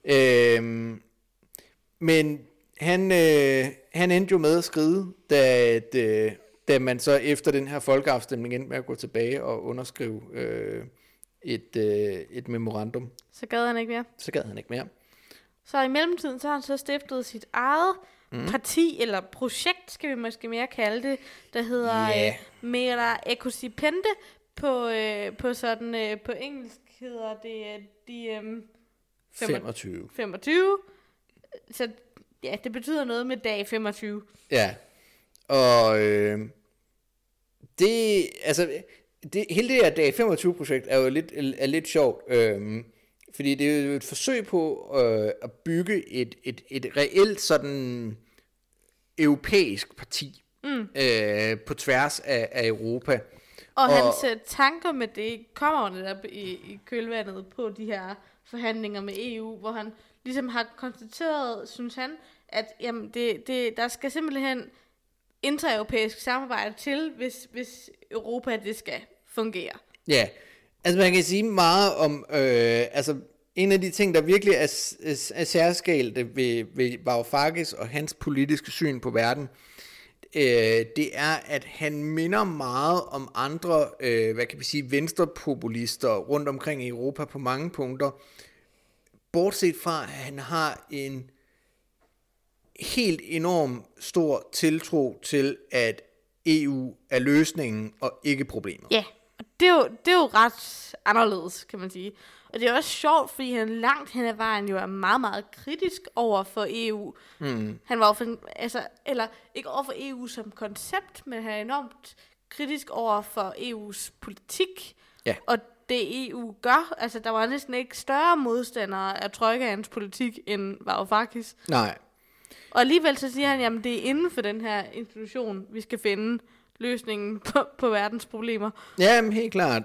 Men han endte jo med at skride, da man så efter den her folkeafstemning endte med at gå tilbage og underskrive et memorandum. Så gad han ikke mere. Så i mellemtiden så har han så stiftet sit eget parti, eller projekt, skal vi måske mere kalde det, der hedder Mera Ecosipende. På sådan, på engelsk hedder det 25. Så ja, det betyder noget med dag 25. Ja, og hele det her dag 25 projekt er jo lidt sjovt, fordi det er jo et forsøg på at bygge et reelt sådan europæisk parti på tværs af Europa. Og hans tanker med det kommer jo netop i kølvandet på de her forhandlinger med EU, hvor han ligesom har konstateret, synes han, at jamen, der skal simpelthen intereuropæisk samarbejde til, hvis Europa det skal fungere. Ja, altså man kan sige meget om, en af de ting, der virkelig er særskilte ved Varoufakis og hans politiske syn på verden, det er, at han minder meget om andre, venstrepopulister rundt omkring i Europa på mange punkter, bortset fra, at han har en helt enorm stor tiltro til, at EU er løsningen og ikke problemet. Ja, og det er jo ret anderledes, kan man sige. Og det er også sjovt, fordi han langt hen ad vejen jo er meget, meget kritisk over for EU. Han var eller ikke over for EU som koncept, men han er enormt kritisk over for EU's politik. Ja. Og det EU gør, altså der var næsten ikke større modstandere af trojkaens politik end Varoufakis. Nej. Og alligevel så siger han, jamen det er inden for den her institution, vi skal finde løsningen på verdens problemer. Ja, helt klart.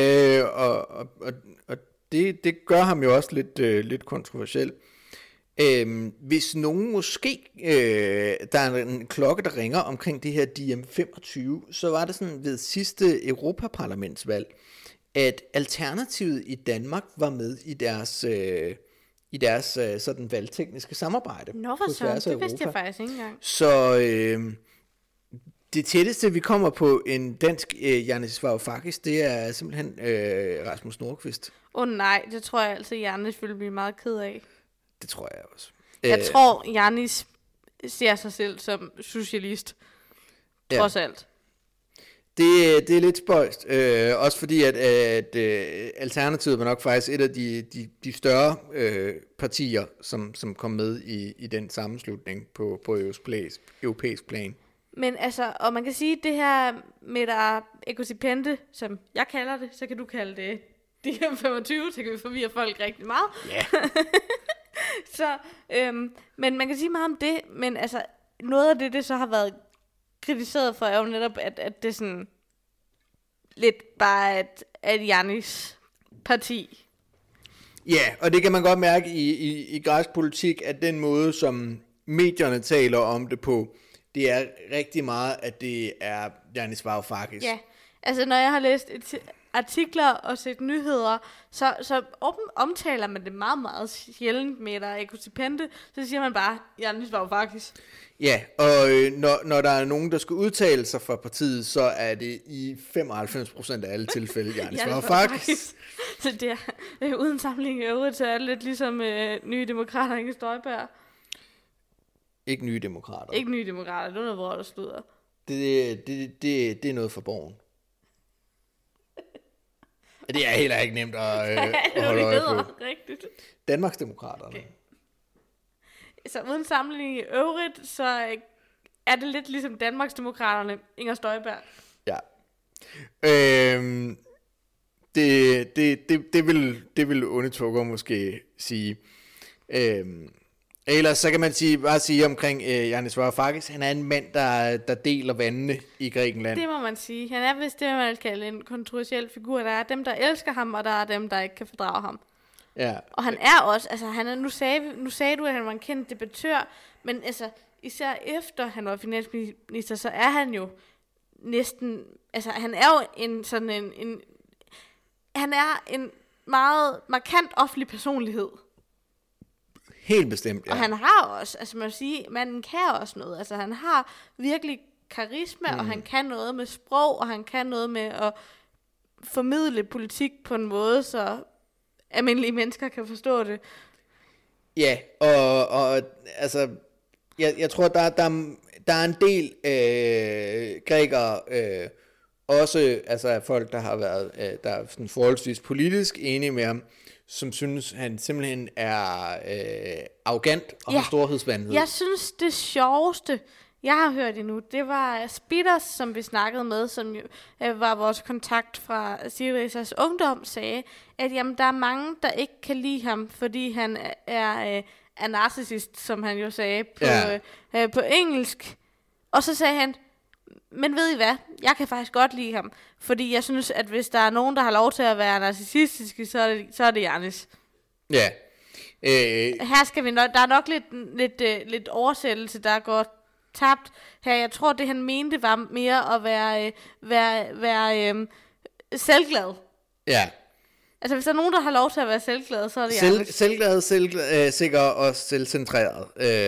Og det gør ham jo også lidt kontroversielt. Hvis nogen måske, der er en klokke, der ringer omkring det her DM25, så var det sådan ved sidste Europaparlamentsvalg, at Alternativet i Danmark var med i deres sådan valgtekniske samarbejde. Nå, for så, det vidste jeg faktisk ikke engang. Så det tætteste, vi kommer på en dansk Yanis Varoufakis, det er simpelthen Rasmus Nordqvist. Nej, det tror jeg altså, Yanis ville blive meget ked af. Det tror jeg også. Jeg tror, Yanis ser sig selv som socialist, trods alt. Det er lidt spøjst, også fordi at Alternativet var nok faktisk et af de større partier, som kom med i den sammenslutning på europæisk plan. Men altså, og man kan sige, det her med der Ecosipende, som jeg kalder det, så kan du kalde det DM25, så kan vi forvirre folk rigtig meget. Ja. Så, men man kan sige meget om det, men altså, noget af det så har været kritiseret for, er jo netop, at det sådan, lidt bare et Jannis parti. Ja, og det kan man godt mærke i græsk politik, at den måde, som medierne taler om det på, det er rigtig meget, at det er Yanis Varoufakis. Ja, altså når jeg har læst artikler og set nyheder, så omtaler man det meget, meget sjældent med der Ekotipente, så siger man bare, Yanis Varoufakis. Ja, og når der er nogen, der skal udtale sig fra partiet, så er det i 95% af alle tilfælde Yanis Varoufakis. Så det er uden sammenligning i øvrigt, så er det lidt ligesom Nye Demokrater, Inger Støjberg. Ikke Nye Demokrater. Ikke Nye Demokrater, det er noget, hvor der slutter. Det er noget for borgen. Det er heller ikke nemt at holde øje på. Rigtigt. Danmarksdemokraterne. Okay. Så uden sammenligning i øvrigt, så er det lidt ligesom Danmarksdemokraterne, Inger Støjberg. Ja. Det vil Unetugger måske sige. Ellers så kan man bare sige omkring Yanis Varoufakis, han er en mand, der deler vandene i Grækenland. Det må man sige. Han er vist det, man vil kalde en kontroversiel figur. Der er dem, der elsker ham, og der er dem, der ikke kan fordrage ham. Ja. Og han er også, altså nu sagde du, at han var en kendt debattør, men altså især efter han var finansminister, så er han jo næsten, altså han er jo han er en meget markant offentlig personlighed. Helt bestemt, ja. Og han har også, altså man vil sige, manden kan også noget. Altså han har virkelig karisma, og han kan noget med sprog, og han kan noget med at formidle politik på en måde, så almindelige mennesker kan forstå det. Ja, og altså, jeg tror, der er en del grækere, også altså folk, der har været der er sådan forholdsvis politisk enige med ham, som synes, han simpelthen er arrogant og har storhedsvanvid. Jeg synes, det sjoveste, jeg har hørt endnu, det var Spitters, som vi snakkede med, som jo var vores kontakt fra Syrizas ungdom, sagde, at jamen, der er mange, der ikke kan lide ham, fordi han er narcissist, som han jo sagde på engelsk. Og så sagde han, men ved I hvad, jeg kan faktisk godt lide ham, fordi jeg synes, at hvis der er nogen, der har lov til at være narcissistiske, så er det Yanis. Ja. Her skal vi der er nok lidt oversættelse, der går tabt her. Jeg tror, det han mente var mere at være selvglad. Ja. Altså, hvis der er nogen, der har lov til at være selvglad, så er det Yanis. Selvglad, sikker og selvcentreret.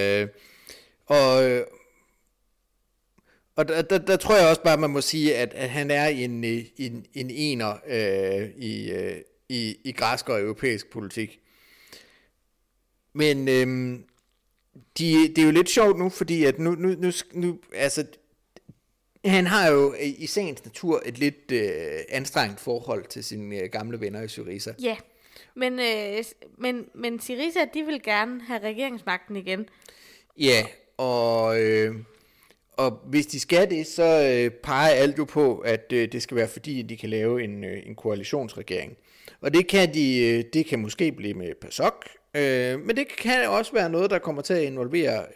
Og der tror jeg også bare, man må sige, at han er en ener i græsk og europæisk politik. Men det er jo lidt sjovt nu, fordi at nu altså, han har jo i sagens natur et lidt anstrengt forhold til sine gamle venner i Syriza. Ja, men Syriza, de vil gerne have regeringsmagten igen. Ja, og hvis de skal det, så peger alt jo på, at det skal være fordi, de kan lave en koalitionsregering. Og det kan måske blive med PASOK, men det kan også være noget, der kommer til at involvere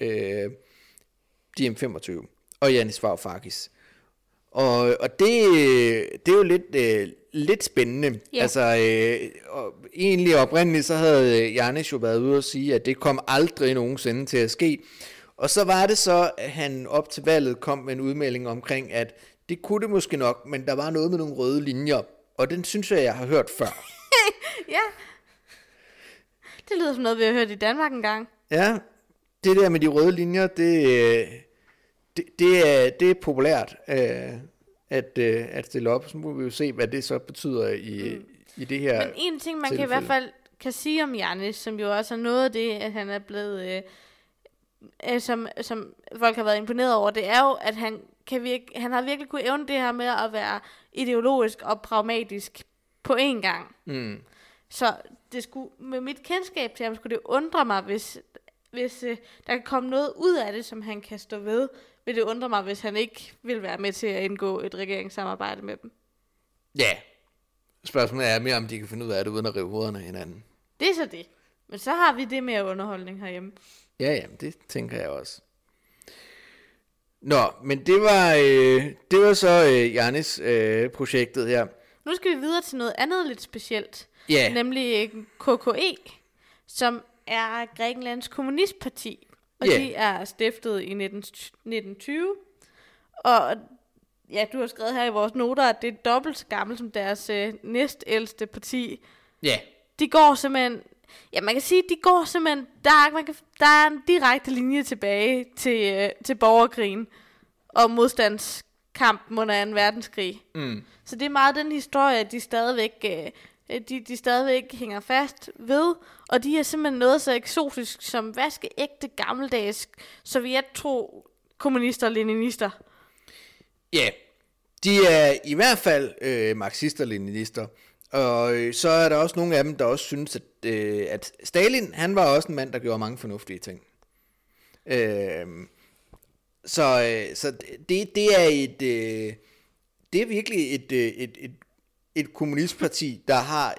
DiEM25 og Yanis Varoufakis. Og det er jo lidt spændende. Yeah. Altså, egentlig oprindeligt, så havde Yanis jo været ude og sige, at det kom aldrig nogensinde til at ske. Og så var det så, at han op til valget kom med en udmelding omkring, at det kunne det måske nok, men der var noget med nogle røde linjer. Og den synes jeg har hørt før. Ja. Det lyder som noget, vi har hørt i Danmark engang. Ja, det der med de røde linjer, det er populært at stille op. Så må vi jo se, hvad det så betyder i det her. Men en ting, man kan i hvert fald kan sige om Yanis, som jo også er noget af det, at han er blevet... som folk har været imponeret over, det er jo, at han har virkelig kunne evne det her med at være ideologisk og pragmatisk på én gang. Mm. Så det skulle, med mit kendskab til ham, skulle det undre mig, hvis der kan komme noget ud af det, som han kan stå ved, vil det undre mig, hvis han ikke vil være med til at indgå et regeringssamarbejde med dem. Ja, spørgsmålet er mere, om de kan finde ud af det, uden at rive hovederne af hinanden. Det er så det. Men så har vi det mere underholdning herhjemme. Ja, det tænker jeg også. Nå, men det var så Jannis projektet her. Nu skal vi videre til noget andet lidt specielt. Ja. Nemlig KKE, som er Grækenlands kommunistparti. Og de er stiftet i 1920. Og ja, du har skrevet her i vores noter, at det er dobbelt så gammelt som deres næstældste parti. Ja. De går simpelthen... Ja, man kan sige, at de går simpelthen... Der er en direkte linje tilbage til borgerkrigen og modstandskampen under 2. verdenskrig. Mm. Så det er meget den historie, de stadigvæk hænger fast ved, og de er simpelthen noget så eksotisk som vaskeægte gammeldags sovjettro kommunister og leninister. Ja, de er i hvert fald marxister-leninister, og så er der også nogle af dem, der også synes, at Stalin, han var også en mand, der gjorde mange fornuftige ting. Så det er virkelig et kommunistparti, der har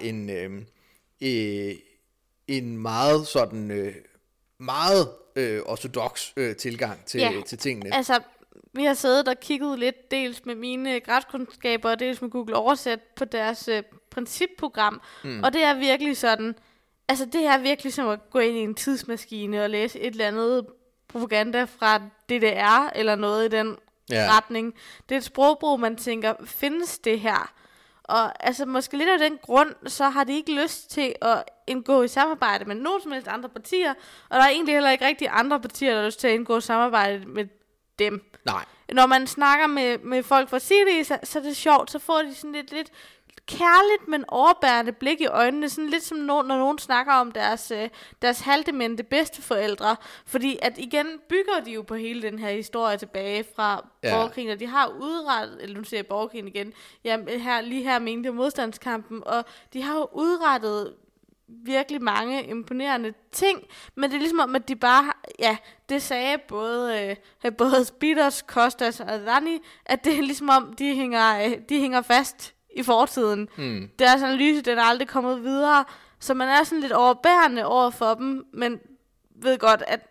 en meget sådan meget ortodox tilgang til tingene. Altså vi har siddet og kigget lidt, dels med mine græskundskaber og dels med Google Oversæt på deres principprogram, og det er virkelig sådan, altså det er virkelig som at gå ind i en tidsmaskine og læse et eller andet propaganda fra DDR eller noget i den retning. Det er et sprogbrug, man tænker, findes det her? Og altså måske lidt af den grund, så har de ikke lyst til at indgå i samarbejde med nogen som helst andre partier, og der er egentlig heller ikke rigtig andre partier, der har lyst til at indgå i samarbejde med dem. Nej. Når man snakker med folk fra Siri, så er det sjovt, så får de sådan lidt kærligt, men overbærende blik i øjnene, sådan lidt som når nogen snakker om deres halvdemente bedsteforældre, fordi at igen bygger de jo på hele den her historie tilbage fra borgerkrigen, og de har udrettet, eller nu siger jeg borgerkrigen igen, lige her mente jeg modstandskampen, og de har jo udrettet virkelig mange imponerende ting, men det er ligesom om, at de bare, det sagde både Spitos, Kostas og Dani, at det er ligesom om, de hænger fast i fortiden. Deres analyse, den er aldrig kommet videre, så man er sådan lidt overbærende over for dem, men ved godt, at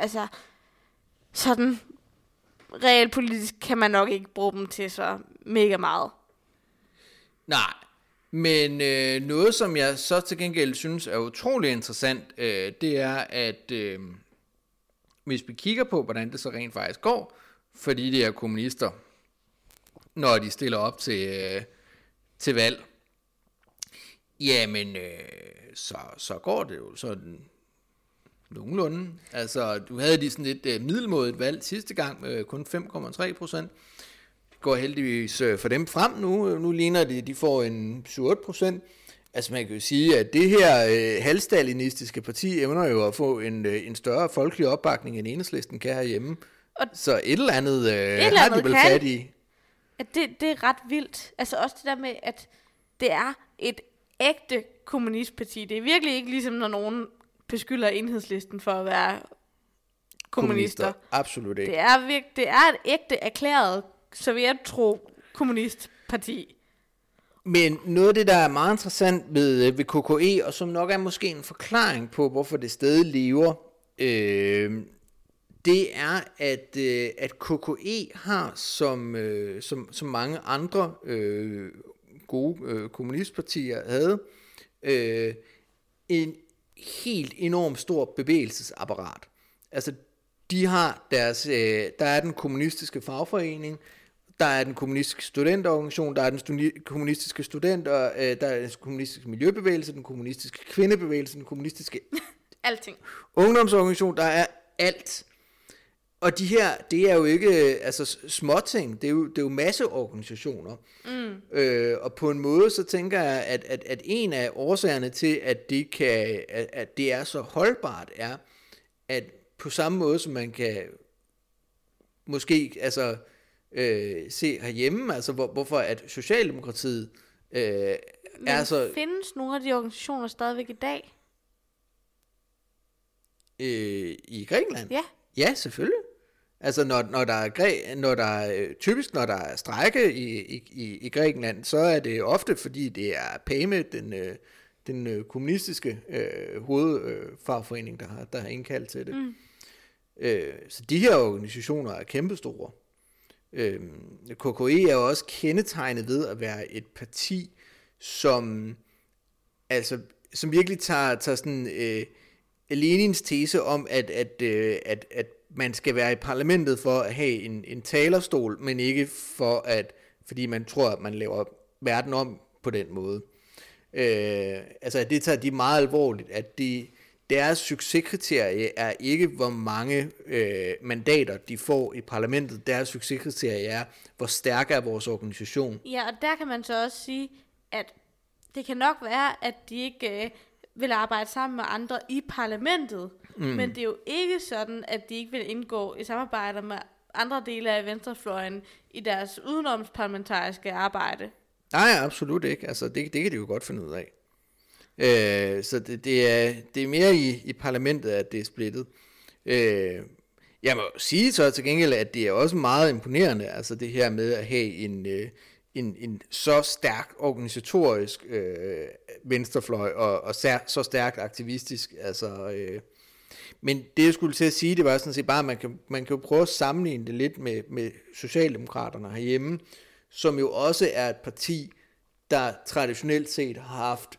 sådan realpolitisk kan man nok ikke bruge dem til så mega meget. Nej, men noget, som jeg så til gengæld synes er utrolig interessant, det er, at hvis vi kigger på, hvordan det så rent faktisk går, fordi de er kommunister, når de stiller op til valg, jamen, så går det jo sådan nogenlunde. Altså, du havde de sådan et middelmådigt valg sidste gang med kun 5,3%. Det går heldigvis for dem frem nu. Nu ligner de får en 7-8%. Altså, man kan jo sige, at det her halvstalinistiske parti evner jo at få en større folkelig opbakning, end Enhedslisten kan herhjemme. Og så et eller andet har de vel fat i. At det er ret vildt. Altså også det der med, at det er et ægte kommunistparti. Det er virkelig ikke ligesom, når nogen beskylder Enhedslisten for at være kommunister. Absolut ikke. Det er et ægte erklæret sovjettro kommunistparti. Men noget af det, der er meget interessant ved KKE, og som nok er måske en forklaring på, hvorfor det stadig lever, det er, at KKE har, som mange andre gode kommunistpartier havde, en helt enormt stor bevægelsesapparat. Altså, de har der er den kommunistiske fagforening, der er den kommunistiske studenterorganisation, der er den kommunistiske studenter, der er den kommunistiske miljøbevægelse, den kommunistiske kvindebevægelse, den kommunistiske alting. Ungdomsorganisation, der er alt. Og de her, det er jo ikke småting, det er jo masseorganisationer. Og på en måde, så tænker jeg, at en af årsagerne til, at det er så holdbart, er, at på samme måde, som man kan måske se herhjemme, altså hvorfor at Socialdemokratiet er så... Men findes nogle af de organisationer stadigvæk i dag? I Grækenland? Ja. Ja, selvfølgelig. Altså når der er strejke i Grækenland, så er det ofte fordi det er PAME, den kommunistiske hovedfagforening, der har indkaldt til det. Så de her organisationer er kæmpestore. KKE er jo også kendetegnet ved at være et parti, som virkelig tager sådan Lenins tese om, at man skal være i parlamentet for at have en talerstol, men ikke fordi man tror, at man laver verden om på den måde. Det tager de meget alvorligt, at deres succeskriterie er ikke, hvor mange mandater de får i parlamentet. Deres succeskriterie er, hvor stærk er vores organisation. Ja, og der kan man så også sige, at det kan nok være, at de ikke vil arbejde sammen med andre i parlamentet, men det er jo ikke sådan, at de ikke vil indgå i samarbejder med andre dele af venstrefløjen i deres udenomsparlamentariske arbejde. Nej, absolut ikke. Altså, det kan de jo godt finde ud af. Så det er mere i parlamentet, at det er splittet. Jeg må sige så til gengæld, at det er også meget imponerende, altså det her med at have en så stærk organisatorisk venstrefløj og så stærkt aktivistisk. Men det jeg skulle til at sige, det var sådan set bare, at man kan jo prøve at sammenligne det lidt med Socialdemokraterne herhjemme, som jo også er et parti, der traditionelt set har haft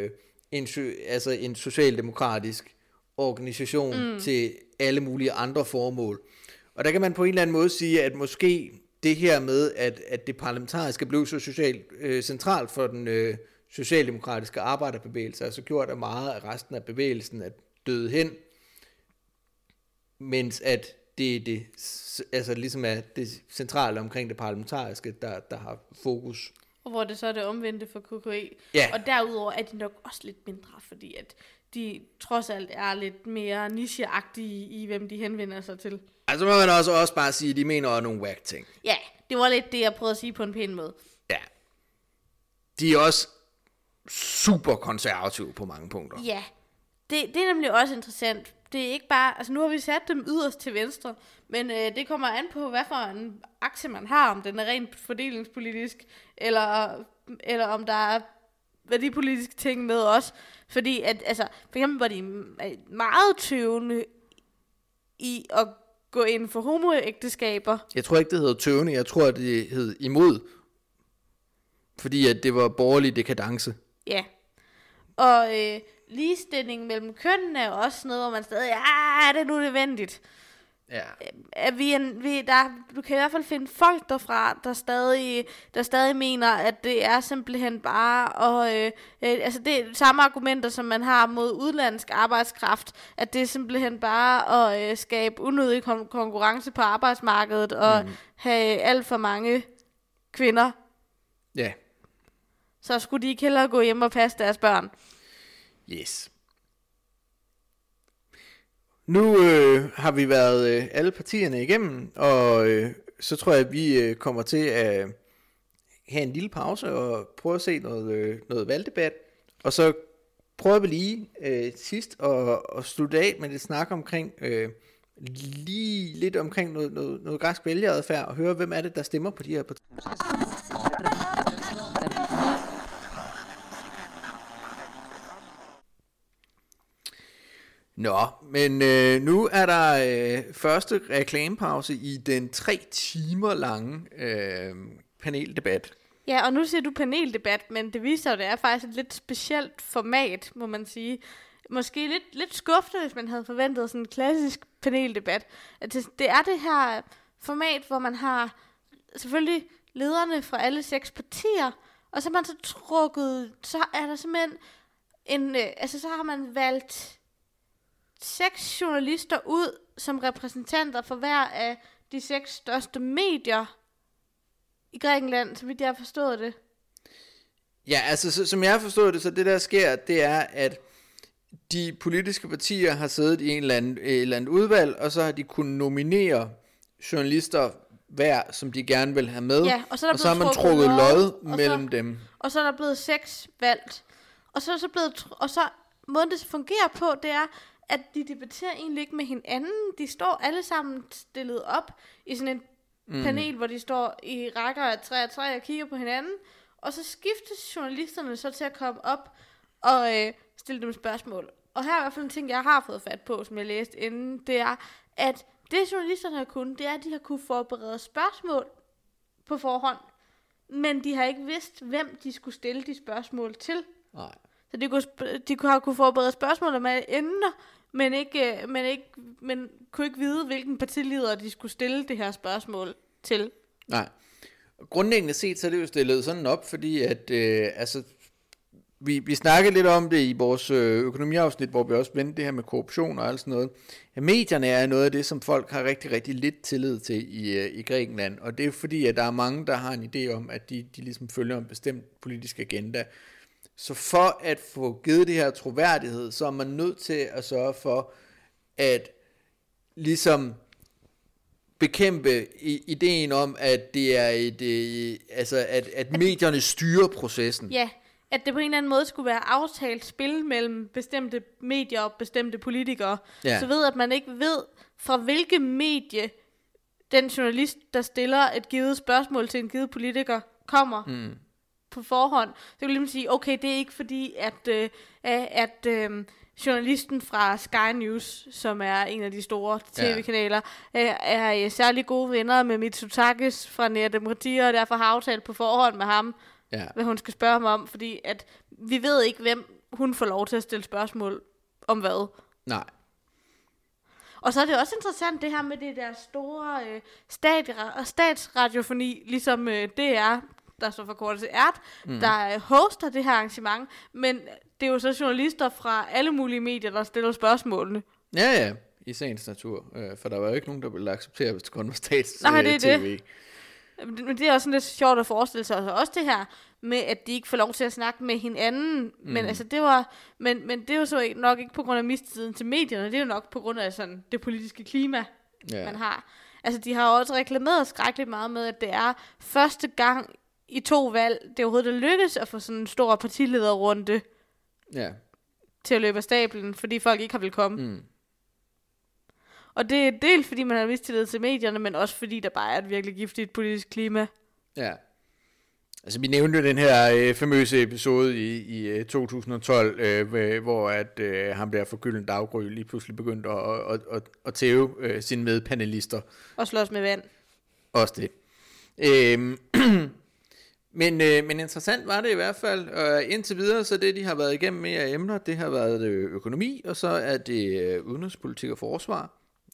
en socialdemokratisk organisation til alle mulige andre formål. Og der kan man på en eller anden måde sige, at måske det her med, at det parlamentariske blev så centralt for den socialdemokratiske arbejderbevægelse, altså gjort, at meget af resten af bevægelsen er døde hen, mens at det ligesom er det centrale omkring det parlamentariske, der har fokus. Og hvor det så er det omvendte for KKE. Ja. Og derudover er de nok også lidt mindre, fordi at de trods alt er lidt mere nicheagtige i, hvem de henvender sig til. Altså må man også bare sige, at de mener også nogle whack ting. Ja, det var lidt det, jeg prøvede at sige på en pæn måde. Ja. De er også super konservative på mange punkter. Ja, det er nemlig også interessant. Det er ikke bare, altså nu har vi sat dem yderst til venstre, men det kommer an på, hvad for en aktie man har, om den er rent fordelingspolitisk, eller om der er værdipolitiske ting med også. Fordi at, altså, for eksempel var de meget tøvende i at gå ind for homoægteskaber. Jeg tror ikke, det hedder tøvende, jeg tror, det hed imod, fordi at det var borgerlig dekadence. Ja, og ligestilling mellem kønnene er også noget, hvor man stadig, er det nu nødvendigt? Ja. Du kan i hvert fald finde folk derfra, der stadig mener, at det er simpelthen bare, det er samme argumenter, som man har mod udenlandsk arbejdskraft, at det er simpelthen bare at skabe unødig konkurrence på arbejdsmarkedet, og have alt for mange kvinder. Ja. Så skulle de ikke hellere gå hjem og passe deres børn. Yes. Nu har vi været alle partierne igennem, og så tror jeg, at vi kommer til at have en lille pause og prøve at se noget valgdebat. Og så prøver vi lige sidst at slutte af med lidt snak omkring, lige lidt omkring noget græsk vælgeradfærd, og høre, hvem er det, der stemmer på de her partier. Nå, men nu er der første reklamepause i den 3 timer lange paneldebat. Ja, og nu siger du paneldebat, men det viser jo, det er faktisk et lidt specielt format, må man sige. Måske lidt skuffende, hvis man havde forventet sådan en klassisk paneldebat. At det er det her format, hvor man har selvfølgelig lederne fra alle 6 partier, og så er man så trukket, så er der simpelthen så har man valgt 6 journalister ud som repræsentanter for hver af de 6 største medier i Grækenland, så vidt jeg har forstået det. Ja, altså som jeg har forstået det, så det der sker, det er, at de politiske partier har siddet i et eller andet udvalg, og så har de kunnet nominere journalister hver, som de gerne vil have med, ja, og så har man trukket lod mellem dem. Og så er der blevet 6 valgt. Og så måden det fungerer på, det er, at de debatterer egentlig ikke med hinanden. De står alle sammen stillet op i sådan en panel, hvor de står i rækker af 3 og 3 og kigger på hinanden. Og så skiftes journalisterne så til at komme op og stille dem spørgsmål. Og her er i hvert fald en ting, jeg har fået fat på, som jeg læste inden, det er, at det journalisterne har kunnet, det er, at de har kunnet forberede spørgsmål på forhånd, men de har ikke vidst, hvem de skulle stille de spørgsmål til. Nej. Så de kunne forberede spørgsmål med emner, men kunne ikke vide, hvilken partileder de skulle stille det her spørgsmål til. Nej. Grundlæggende set, så er det jo stillet sådan op, fordi at, vi snakkede lidt om det i vores økonomiafsnit, hvor vi også vendte det her med korruption og alt sådan noget. Ja, medierne er noget af det, som folk har rigtig, rigtig lidt tillid til i Grækenland, og det er fordi, at der er mange, der har en idé om, at de ligesom følger en bestemt politisk agenda. Så for at få givet det her troværdighed, så er man nødt til at sørge for, at ligesom bekæmpe ideen om, at det er at medierne styrer processen. Ja, at det på en eller anden måde skulle være aftalt spil mellem bestemte medier og bestemte politikere. Ja. Så ved at man ikke ved, fra hvilke medie den journalist, der stiller et givet spørgsmål til en givet politiker, kommer på forhånd. Så kan du lige sige, okay, det er ikke fordi, at journalisten fra Sky News, som er en af de store tv-kanaler, er særlig gode venner med Mitsotakis fra Nea Demokratia, og derfor har aftalt på forhånd med ham, hvad hun skal spørge ham om, fordi at vi ved ikke, hvem hun får lov til at stille spørgsmål om hvad. Nej. Og så er det også interessant det her med det der store statsradiofoni, ligesom DR, der så forkortet til ERT, der hoster det her arrangement, men det er jo så journalister fra alle mulige medier, der stiller spørgsmålene. Ja, i sagens natur, for der var jo ikke nogen, der ville acceptere, hvis det kun var stats-tv. Nej, det er det. Men det er også sådan lidt sjovt at forestille sig også det her med, at de ikke får lov til at snakke med hinanden. Men altså men det er jo så nok ikke på grund af mistilliden til medierne, det er jo nok på grund af sådan det politiske klima, man har. Altså de har også reklameret skrækkeligt meget med, at det er første gang i 2 valg, det overhovedet lykkes at få sådan en stor partilederrunde til at løbe af stablen, fordi folk ikke har vil komme. Og det er dels fordi man har mistillid til medierne, men også fordi der bare er et virkelig giftigt politisk klima. Ja. Altså vi nævnte jo den her famøse episode i 2012, hvor at ham der for Gylden Daggry lige pludselig begyndte at tæve sine medpanelister. Og slås med vand. Også det. Men interessant var det i hvert fald, og indtil videre, så det de har været igennem med af emner, det har været økonomi, og så er det udenrigspolitik og forsvar.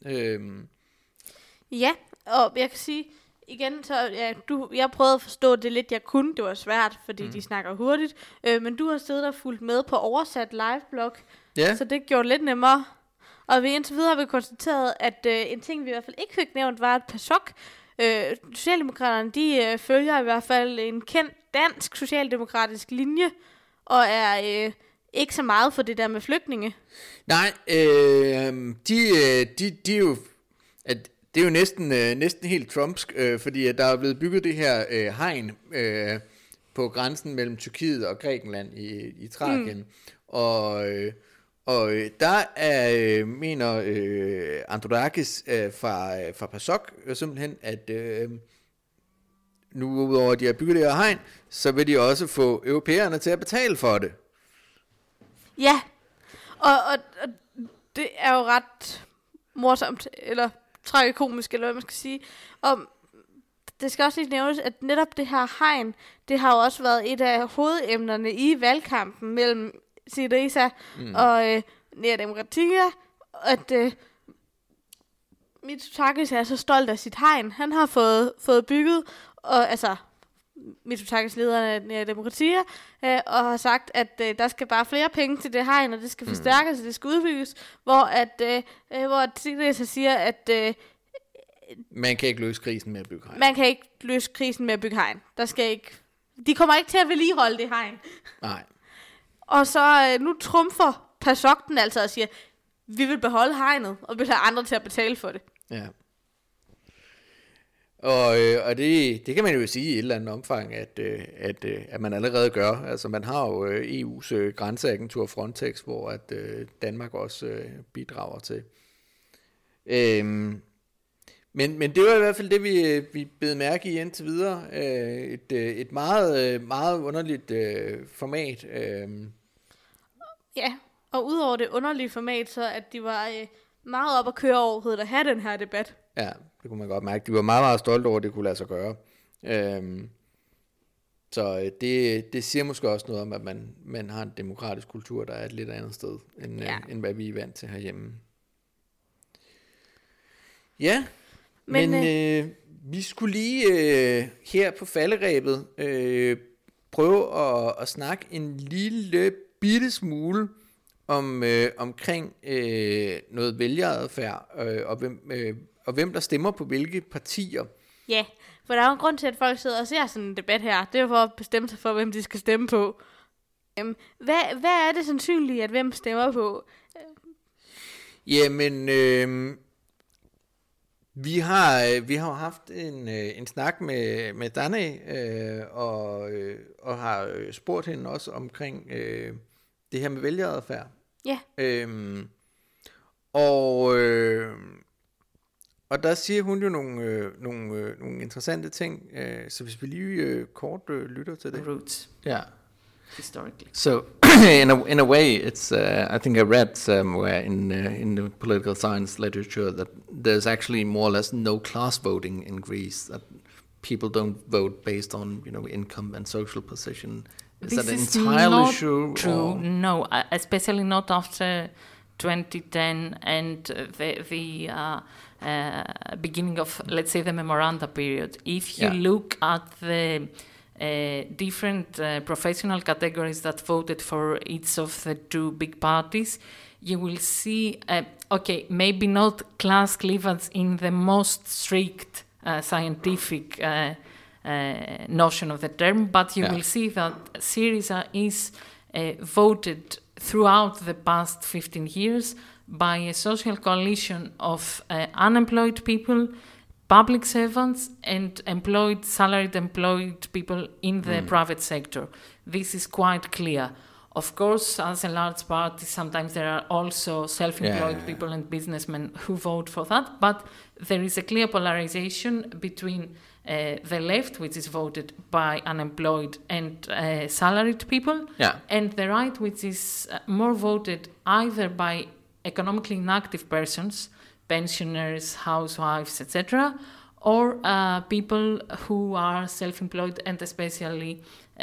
Ja, og jeg kan sige igen, så jeg prøvede at forstå det lidt, jeg kunne, det var svært, fordi de snakker hurtigt, men du har siddet og fulgt med på oversat liveblog, så det gjorde det lidt nemmere, og indtil videre har vi konstateret, at en ting vi i hvert fald ikke fik nævnt, var et PASOK. Socialdemokraterne, de følger i hvert fald en kendt dansk socialdemokratisk linje, og er ikke så meget for det der med flygtninge. Nej, de er jo, at det er jo næsten helt trumpsk, fordi at der er blevet bygget det her hegn på grænsen mellem Tyrkiet og Grækenland i Thrakien, og der mener Androudakis fra PASOK simpelthen, at nu udover at de har bygget det her hegn, så vil de også få europæerne til at betale for det. Ja, og det er jo ret morsomt, eller tragikomisk, eller hvad man skal sige. Og det skal også lige nævnes, at netop det her hegn, det har jo også været et af hovedemnerne i valgkampen mellem Syriza og Nea Demokratia, at Mitsotakis er så stolt af sit hegn. Han har fået bygget, og altså Mitsotakis lederen af Nea Demokratia, og har sagt, at der skal bare flere penge til det hegn, og det skal forstærkes, og det skal udbygges, hvor Syriza siger, at man kan ikke løse krisen med at bygge hegn. Man kan ikke løse krisen med at bygge hegn. De kommer ikke til at vedligeholde det hegn. Nej. Og så nu trumfer PASOK den altså og siger, vi vil beholde hegnet, og vil have andre til at betale for det. Ja. Og det kan man jo sige i et eller andet omfang, at man allerede gør. Altså man har jo EU's grænseagentur Frontex, hvor at Danmark også bidrager til. Men det var i hvert fald det, vi bed mærke i indtil videre. Et meget, meget underligt format. Ja, og udover det underlige format, så at de var meget op at køre overhovedet at have den her debat. Ja, det kunne man godt mærke. De var meget, meget stolte over, at det kunne lade sig gøre. Så det siger måske også noget om, at man har en demokratisk kultur, der er et lidt andet sted, end hvad vi er vant til herhjemme. Ja, men vi skulle lige her på falderebet prøve at snakke en lille bitte smule omkring noget vælgeradfærd, og hvem der stemmer på hvilke partier. Ja, for der er jo en grund til, at folk sidder og ser sådan en debat her. Det er jo for at bestemme sig for, hvem de skal stemme på. Hvad er det sandsynligt, at hvem stemmer på? Jamen, vi har haft en snak med Danae, og har spurgt hende også omkring det her med vælgeradfærd. Ja. Og der siger hun jo nogle interessante ting, så hvis vi lige kort lytter til det. Roots. Yeah. Historically. So, in a way, it's I think I read somewhere in the political science literature that there's actually more or less no class voting in Greece. That people don't vote based on income and social position. Is This that is entirely not true? True. No, especially not after 2010 and the beginning of, let's say, the memoranda period. If you look at the different professional categories that voted for each of the two big parties, you will see, maybe not class cleavage in the most strict scientific notion of the term, but you will see that Syriza is voted throughout the past 15 years by a social coalition of unemployed people, public servants, and salaried employed people in the private sector. This is quite clear. Of course, as a large party, sometimes there are also self-employed people and businessmen who vote for that, but there is a clear polarization between the left, which is voted by unemployed and salaried people, and the right, which is more voted either by economically inactive persons, pensioners, housewives, etc., or people who are self-employed and especially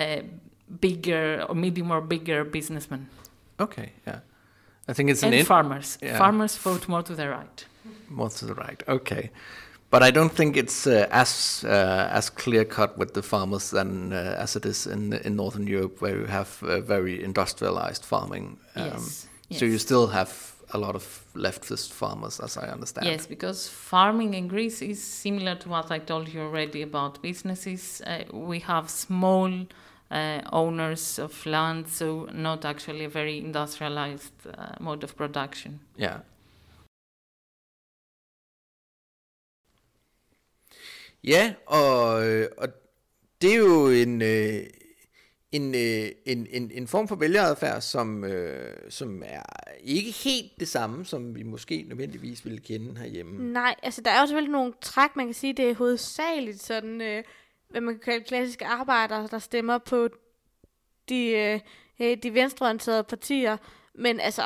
bigger or medium or bigger businessmen. Okay, yeah. I think it's farmers. Yeah. Farmers vote more to the right. More to the right, okay. But I don't think it's as clear-cut with the farmers than as it is in Northern Europe, where you have very industrialized farming. Yes. So you still have a lot of leftist farmers, as I understand. Yes, because farming in Greece is similar to what I told you already about businesses. We have small owners of land, so not actually a very industrialized mode of production. Yeah. Ja, og det er jo en form for vælgeradfærd, som er ikke helt det samme, som vi måske nødvendigvis ville kende herhjemme. Nej, altså der er jo selvfølgelig nogle træk, man kan sige, det er hovedsageligt sådan, hvad man kan kalde klassiske arbejdere, der stemmer på de venstreorienterede partier, men altså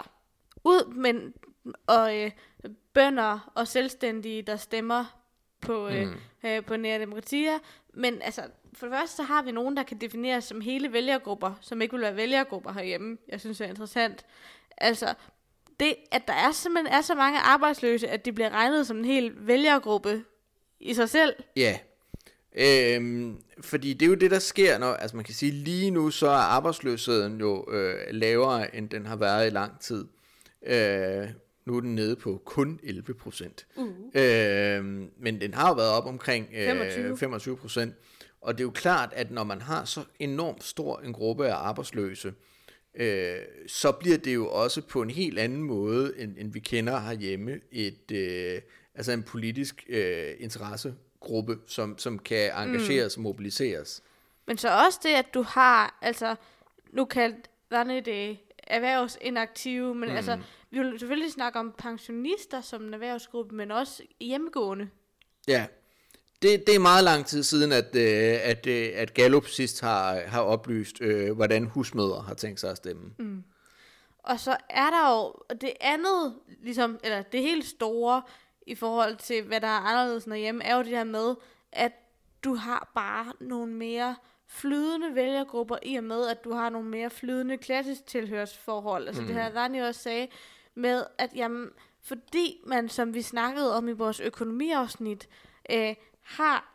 bønder og selvstændige, der stemmer på nærdemokratier, men altså for det første så har vi nogen, der kan defineres som hele vælgergrupper, som ikke vil være vælgergrupper herhjemme. Jeg synes, det er interessant. Altså, det, at der simpelthen er så mange arbejdsløse, at de bliver regnet som en hel vælgergruppe i sig selv. Ja, fordi det er jo det, der sker, når, altså man kan sige, lige nu så er arbejdsløsheden jo lavere, end den har været i lang tid. Nu er den nede på kun 11%. Men den har jo været op omkring 25%. Og det er jo klart, at når man har så enormt stor en gruppe af arbejdsløse, så bliver det jo også på en helt anden måde, end vi kender herhjemme, altså en politisk interessegruppe, som kan engageres og mobiliseres. Men så også det, at du har, altså nu kaldt det erhvervsinaktive, men altså vi vil selvfølgelig snakke om pensionister som en erhvervsgruppe, men også hjemmegående. Ja, det er meget lang tid siden, at Gallup sidst har oplyst, hvordan husmødre har tænkt sig at stemme. Og så er der jo det andet, ligesom, eller det helt store i forhold til, hvad der er anderledes derhjemme, er jo det her med, at du har bare nogle mere flydende vælgergrupper, i og med, at du har nogle mere flydende klassisk tilhørsforhold. Altså det her, Rani også sagde, med at jamen, fordi man, som vi snakkede om i vores økonomiafsnit, har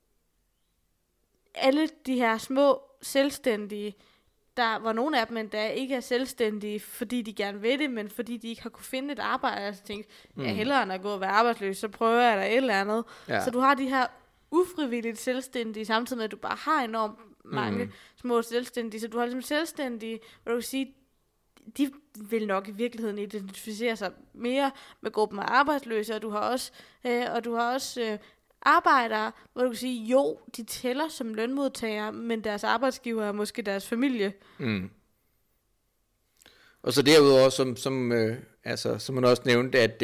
alle de her små selvstændige, hvor nogle af dem endda ikke er selvstændige, fordi de gerne vil det, men fordi de ikke har kunne finde et arbejde. Altså tænkte, hellere end at gå og være arbejdsløs, så prøver jeg da et eller andet. Ja. Så du har de her ufrivilligt selvstændige, samtidig med, at du bare har enormt mange små selvstændige. Så du har ligesom selvstændige, hvor du kan sige, de vil nok i virkeligheden identificere sig mere med gruppen af arbejdsløse, og du har også arbejdere, hvor du kan sige, jo, de tæller som lønmodtagere, men deres arbejdsgiver er måske deres familie. Og så derudover, som man også nævnte, at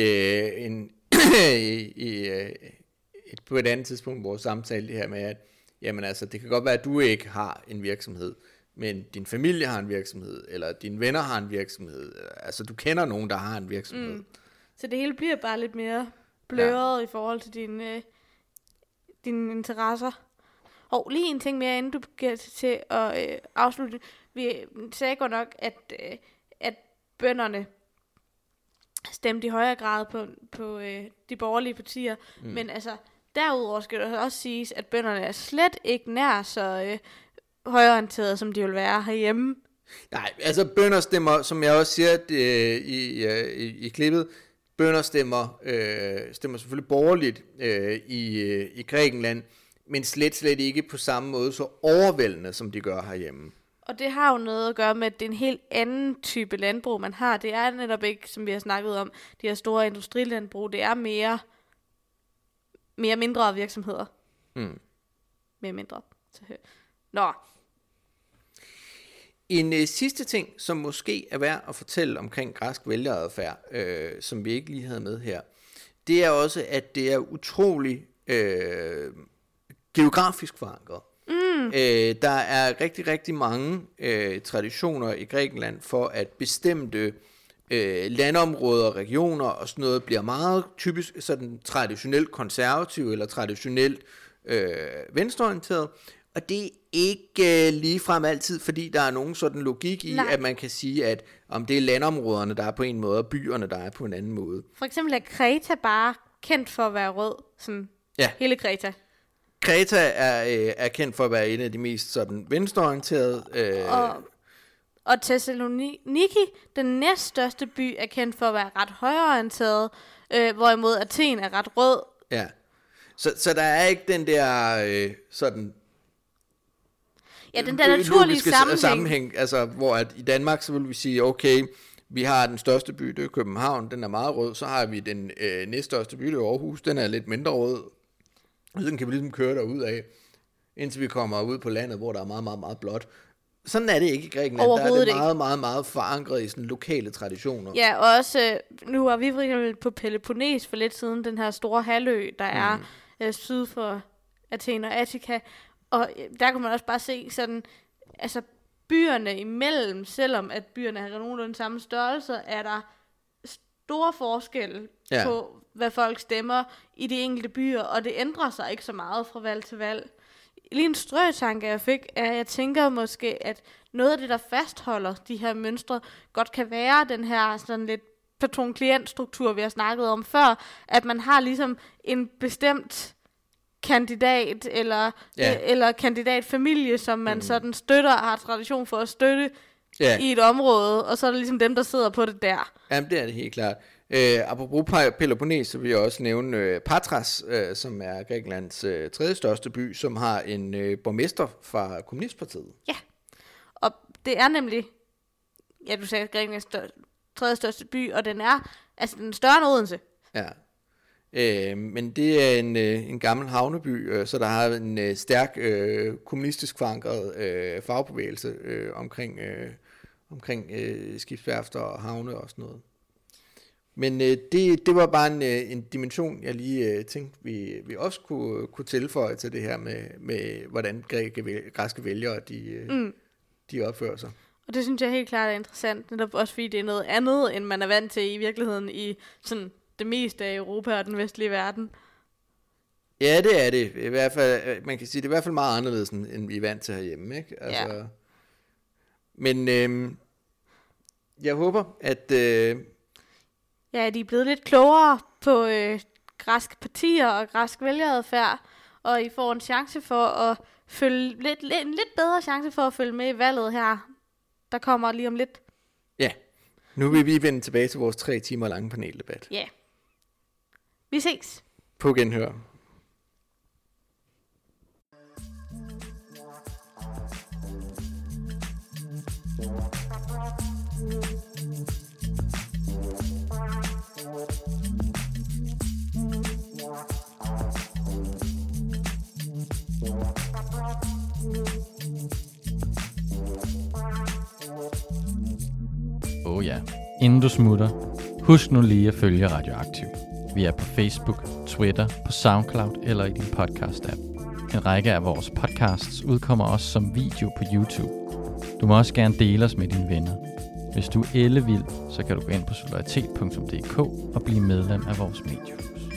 på et andet tidspunkt i vores samtale, det her med, at jamen, altså, det kan godt være, at du ikke har en virksomhed, men din familie har en virksomhed, eller dine venner har en virksomhed. Altså, du kender nogen, der har en virksomhed. Så det hele bliver bare lidt mere bløret i forhold til dine interesser. Og lige en ting mere, inden du bliver til at afslutte. Vi sagde godt nok, at bønderne stemte i højere grad på de borgerlige partier. Men altså, derudover skal det også siges, at bønderne er slet ikke nær så højreorienterede, som de vil være herhjemme. Nej, altså bønder stemmer, som jeg også siger i klippet, bønder stemmer selvfølgelig borgerligt i Grækenland, men slet ikke på samme måde så overvældende, som de gør herhjemme. Og det har jo noget at gøre med, at det er en helt anden type landbrug, man har. Det er netop ikke, som vi har snakket om, de her store industrilandbrug. Det er mere mindre virksomheder. Mere mindre. Nå. En sidste ting, som måske er værd at fortælle omkring græsk vælgeradfærd, som vi ikke lige havde med her, det er også, at det er utrolig geografisk forankret. Der er rigtig, rigtig mange traditioner i Grækenland for, at bestemte landområder og regioner og sådan noget bliver meget typisk sådan traditionelt konservativ eller traditionelt venstreorienteret. Og det er ikke ligefrem altid, fordi der er nogen sådan logik i, at man kan sige, at om det er landområderne, der er på en måde, og byerne, der er på en anden måde. For eksempel er Kreta bare kendt for at være rød, sådan hele Kreta. Kreta er kendt for at være en af de mest sådan venstreorienterede. Og Thessaloniki, den næststørste by, er kendt for at være ret højreorienteret, hvorimod Athen er ret rød. Ja, så der er ikke den der sådan... Ja, den der naturlige sammenhæng, altså hvor at i Danmark, så vil vi sige, okay, vi har den største by, det er København, den er meget rød, så har vi den næststørste by, det er Aarhus, den er lidt mindre rød, og så kan vi ligesom køre derud af, indtil vi kommer ud på landet, hvor der er meget, meget, meget blåt. Sådan er det ikke i Grækenland, der er det meget, meget, meget forankret i sådan lokale traditioner. Ja, og også, nu var vi for eksempel på Peloponnes for lidt siden, den her store halvø, der er syd for Athen og Attika. Og der kan man også bare se sådan, altså byerne imellem, selvom at byerne har nogenlunde samme størrelse, er der store forskelle på, hvad folk stemmer i de enkelte byer, og det ændrer sig ikke så meget fra valg til valg. Lige en strøtanke, jeg fik, er, at jeg tænker måske, at noget af det, der fastholder de her mønstre, godt kan være den her sådan lidt patron-klient-struktur, vi har snakket om før, at man har ligesom en bestemt kandidat eller kandidatfamilie, som man sådan støtter og har tradition for at støtte i et område, og så er det ligesom dem, der sidder på det der. Jamen, det er det helt klart. Apropos Peloponnes, så vil jeg også nævne Patras, som er Grækenlands tredje største by, som har en borgmester fra Kommunistpartiet. Ja, og det er nemlig, du sagde Grækenlands tredje største by, og den er altså den større end Odense. Ja. Men det er en gammel havneby, så der har en stærk kommunistisk forankret fagbevægelse omkring skibsværfter og havne og sådan noget. Men det var bare en dimension, jeg lige tænkte, vi også kunne tilføje til det her med hvordan græske vælgere de opfører sig. Og det synes jeg helt klart er interessant, netop også fordi det er noget andet, end man er vant til i virkeligheden i sådan det meste af Europa og den vestlige verden. Ja, det er det. I hvert fald, man kan sige, det er i hvert fald meget anderledes, end vi er vant til herhjemme, ikke? Altså, Ja. Men jeg håber, at... Ja, de er blevet lidt klogere på græske partier og græsk vælgeradfærd, og I får en chance for at følge en lidt bedre chance for at følge med i valget her. Der kommer lige om lidt. Ja, nu vil vi vende tilbage til vores 3 timer lange paneldebat. Ja. Vi ses. På genhør. Ja. Inden du smutter, husk nu lige at følge Radioaktiv. Vi er på Facebook, Twitter, på SoundCloud eller i din podcast-app. En række af vores podcasts udkommer også som video på YouTube. Du må også gerne dele os med dine venner. Hvis du er ellevild, så kan du gå ind på solidaritet.dk og blive medlem af vores mediehus.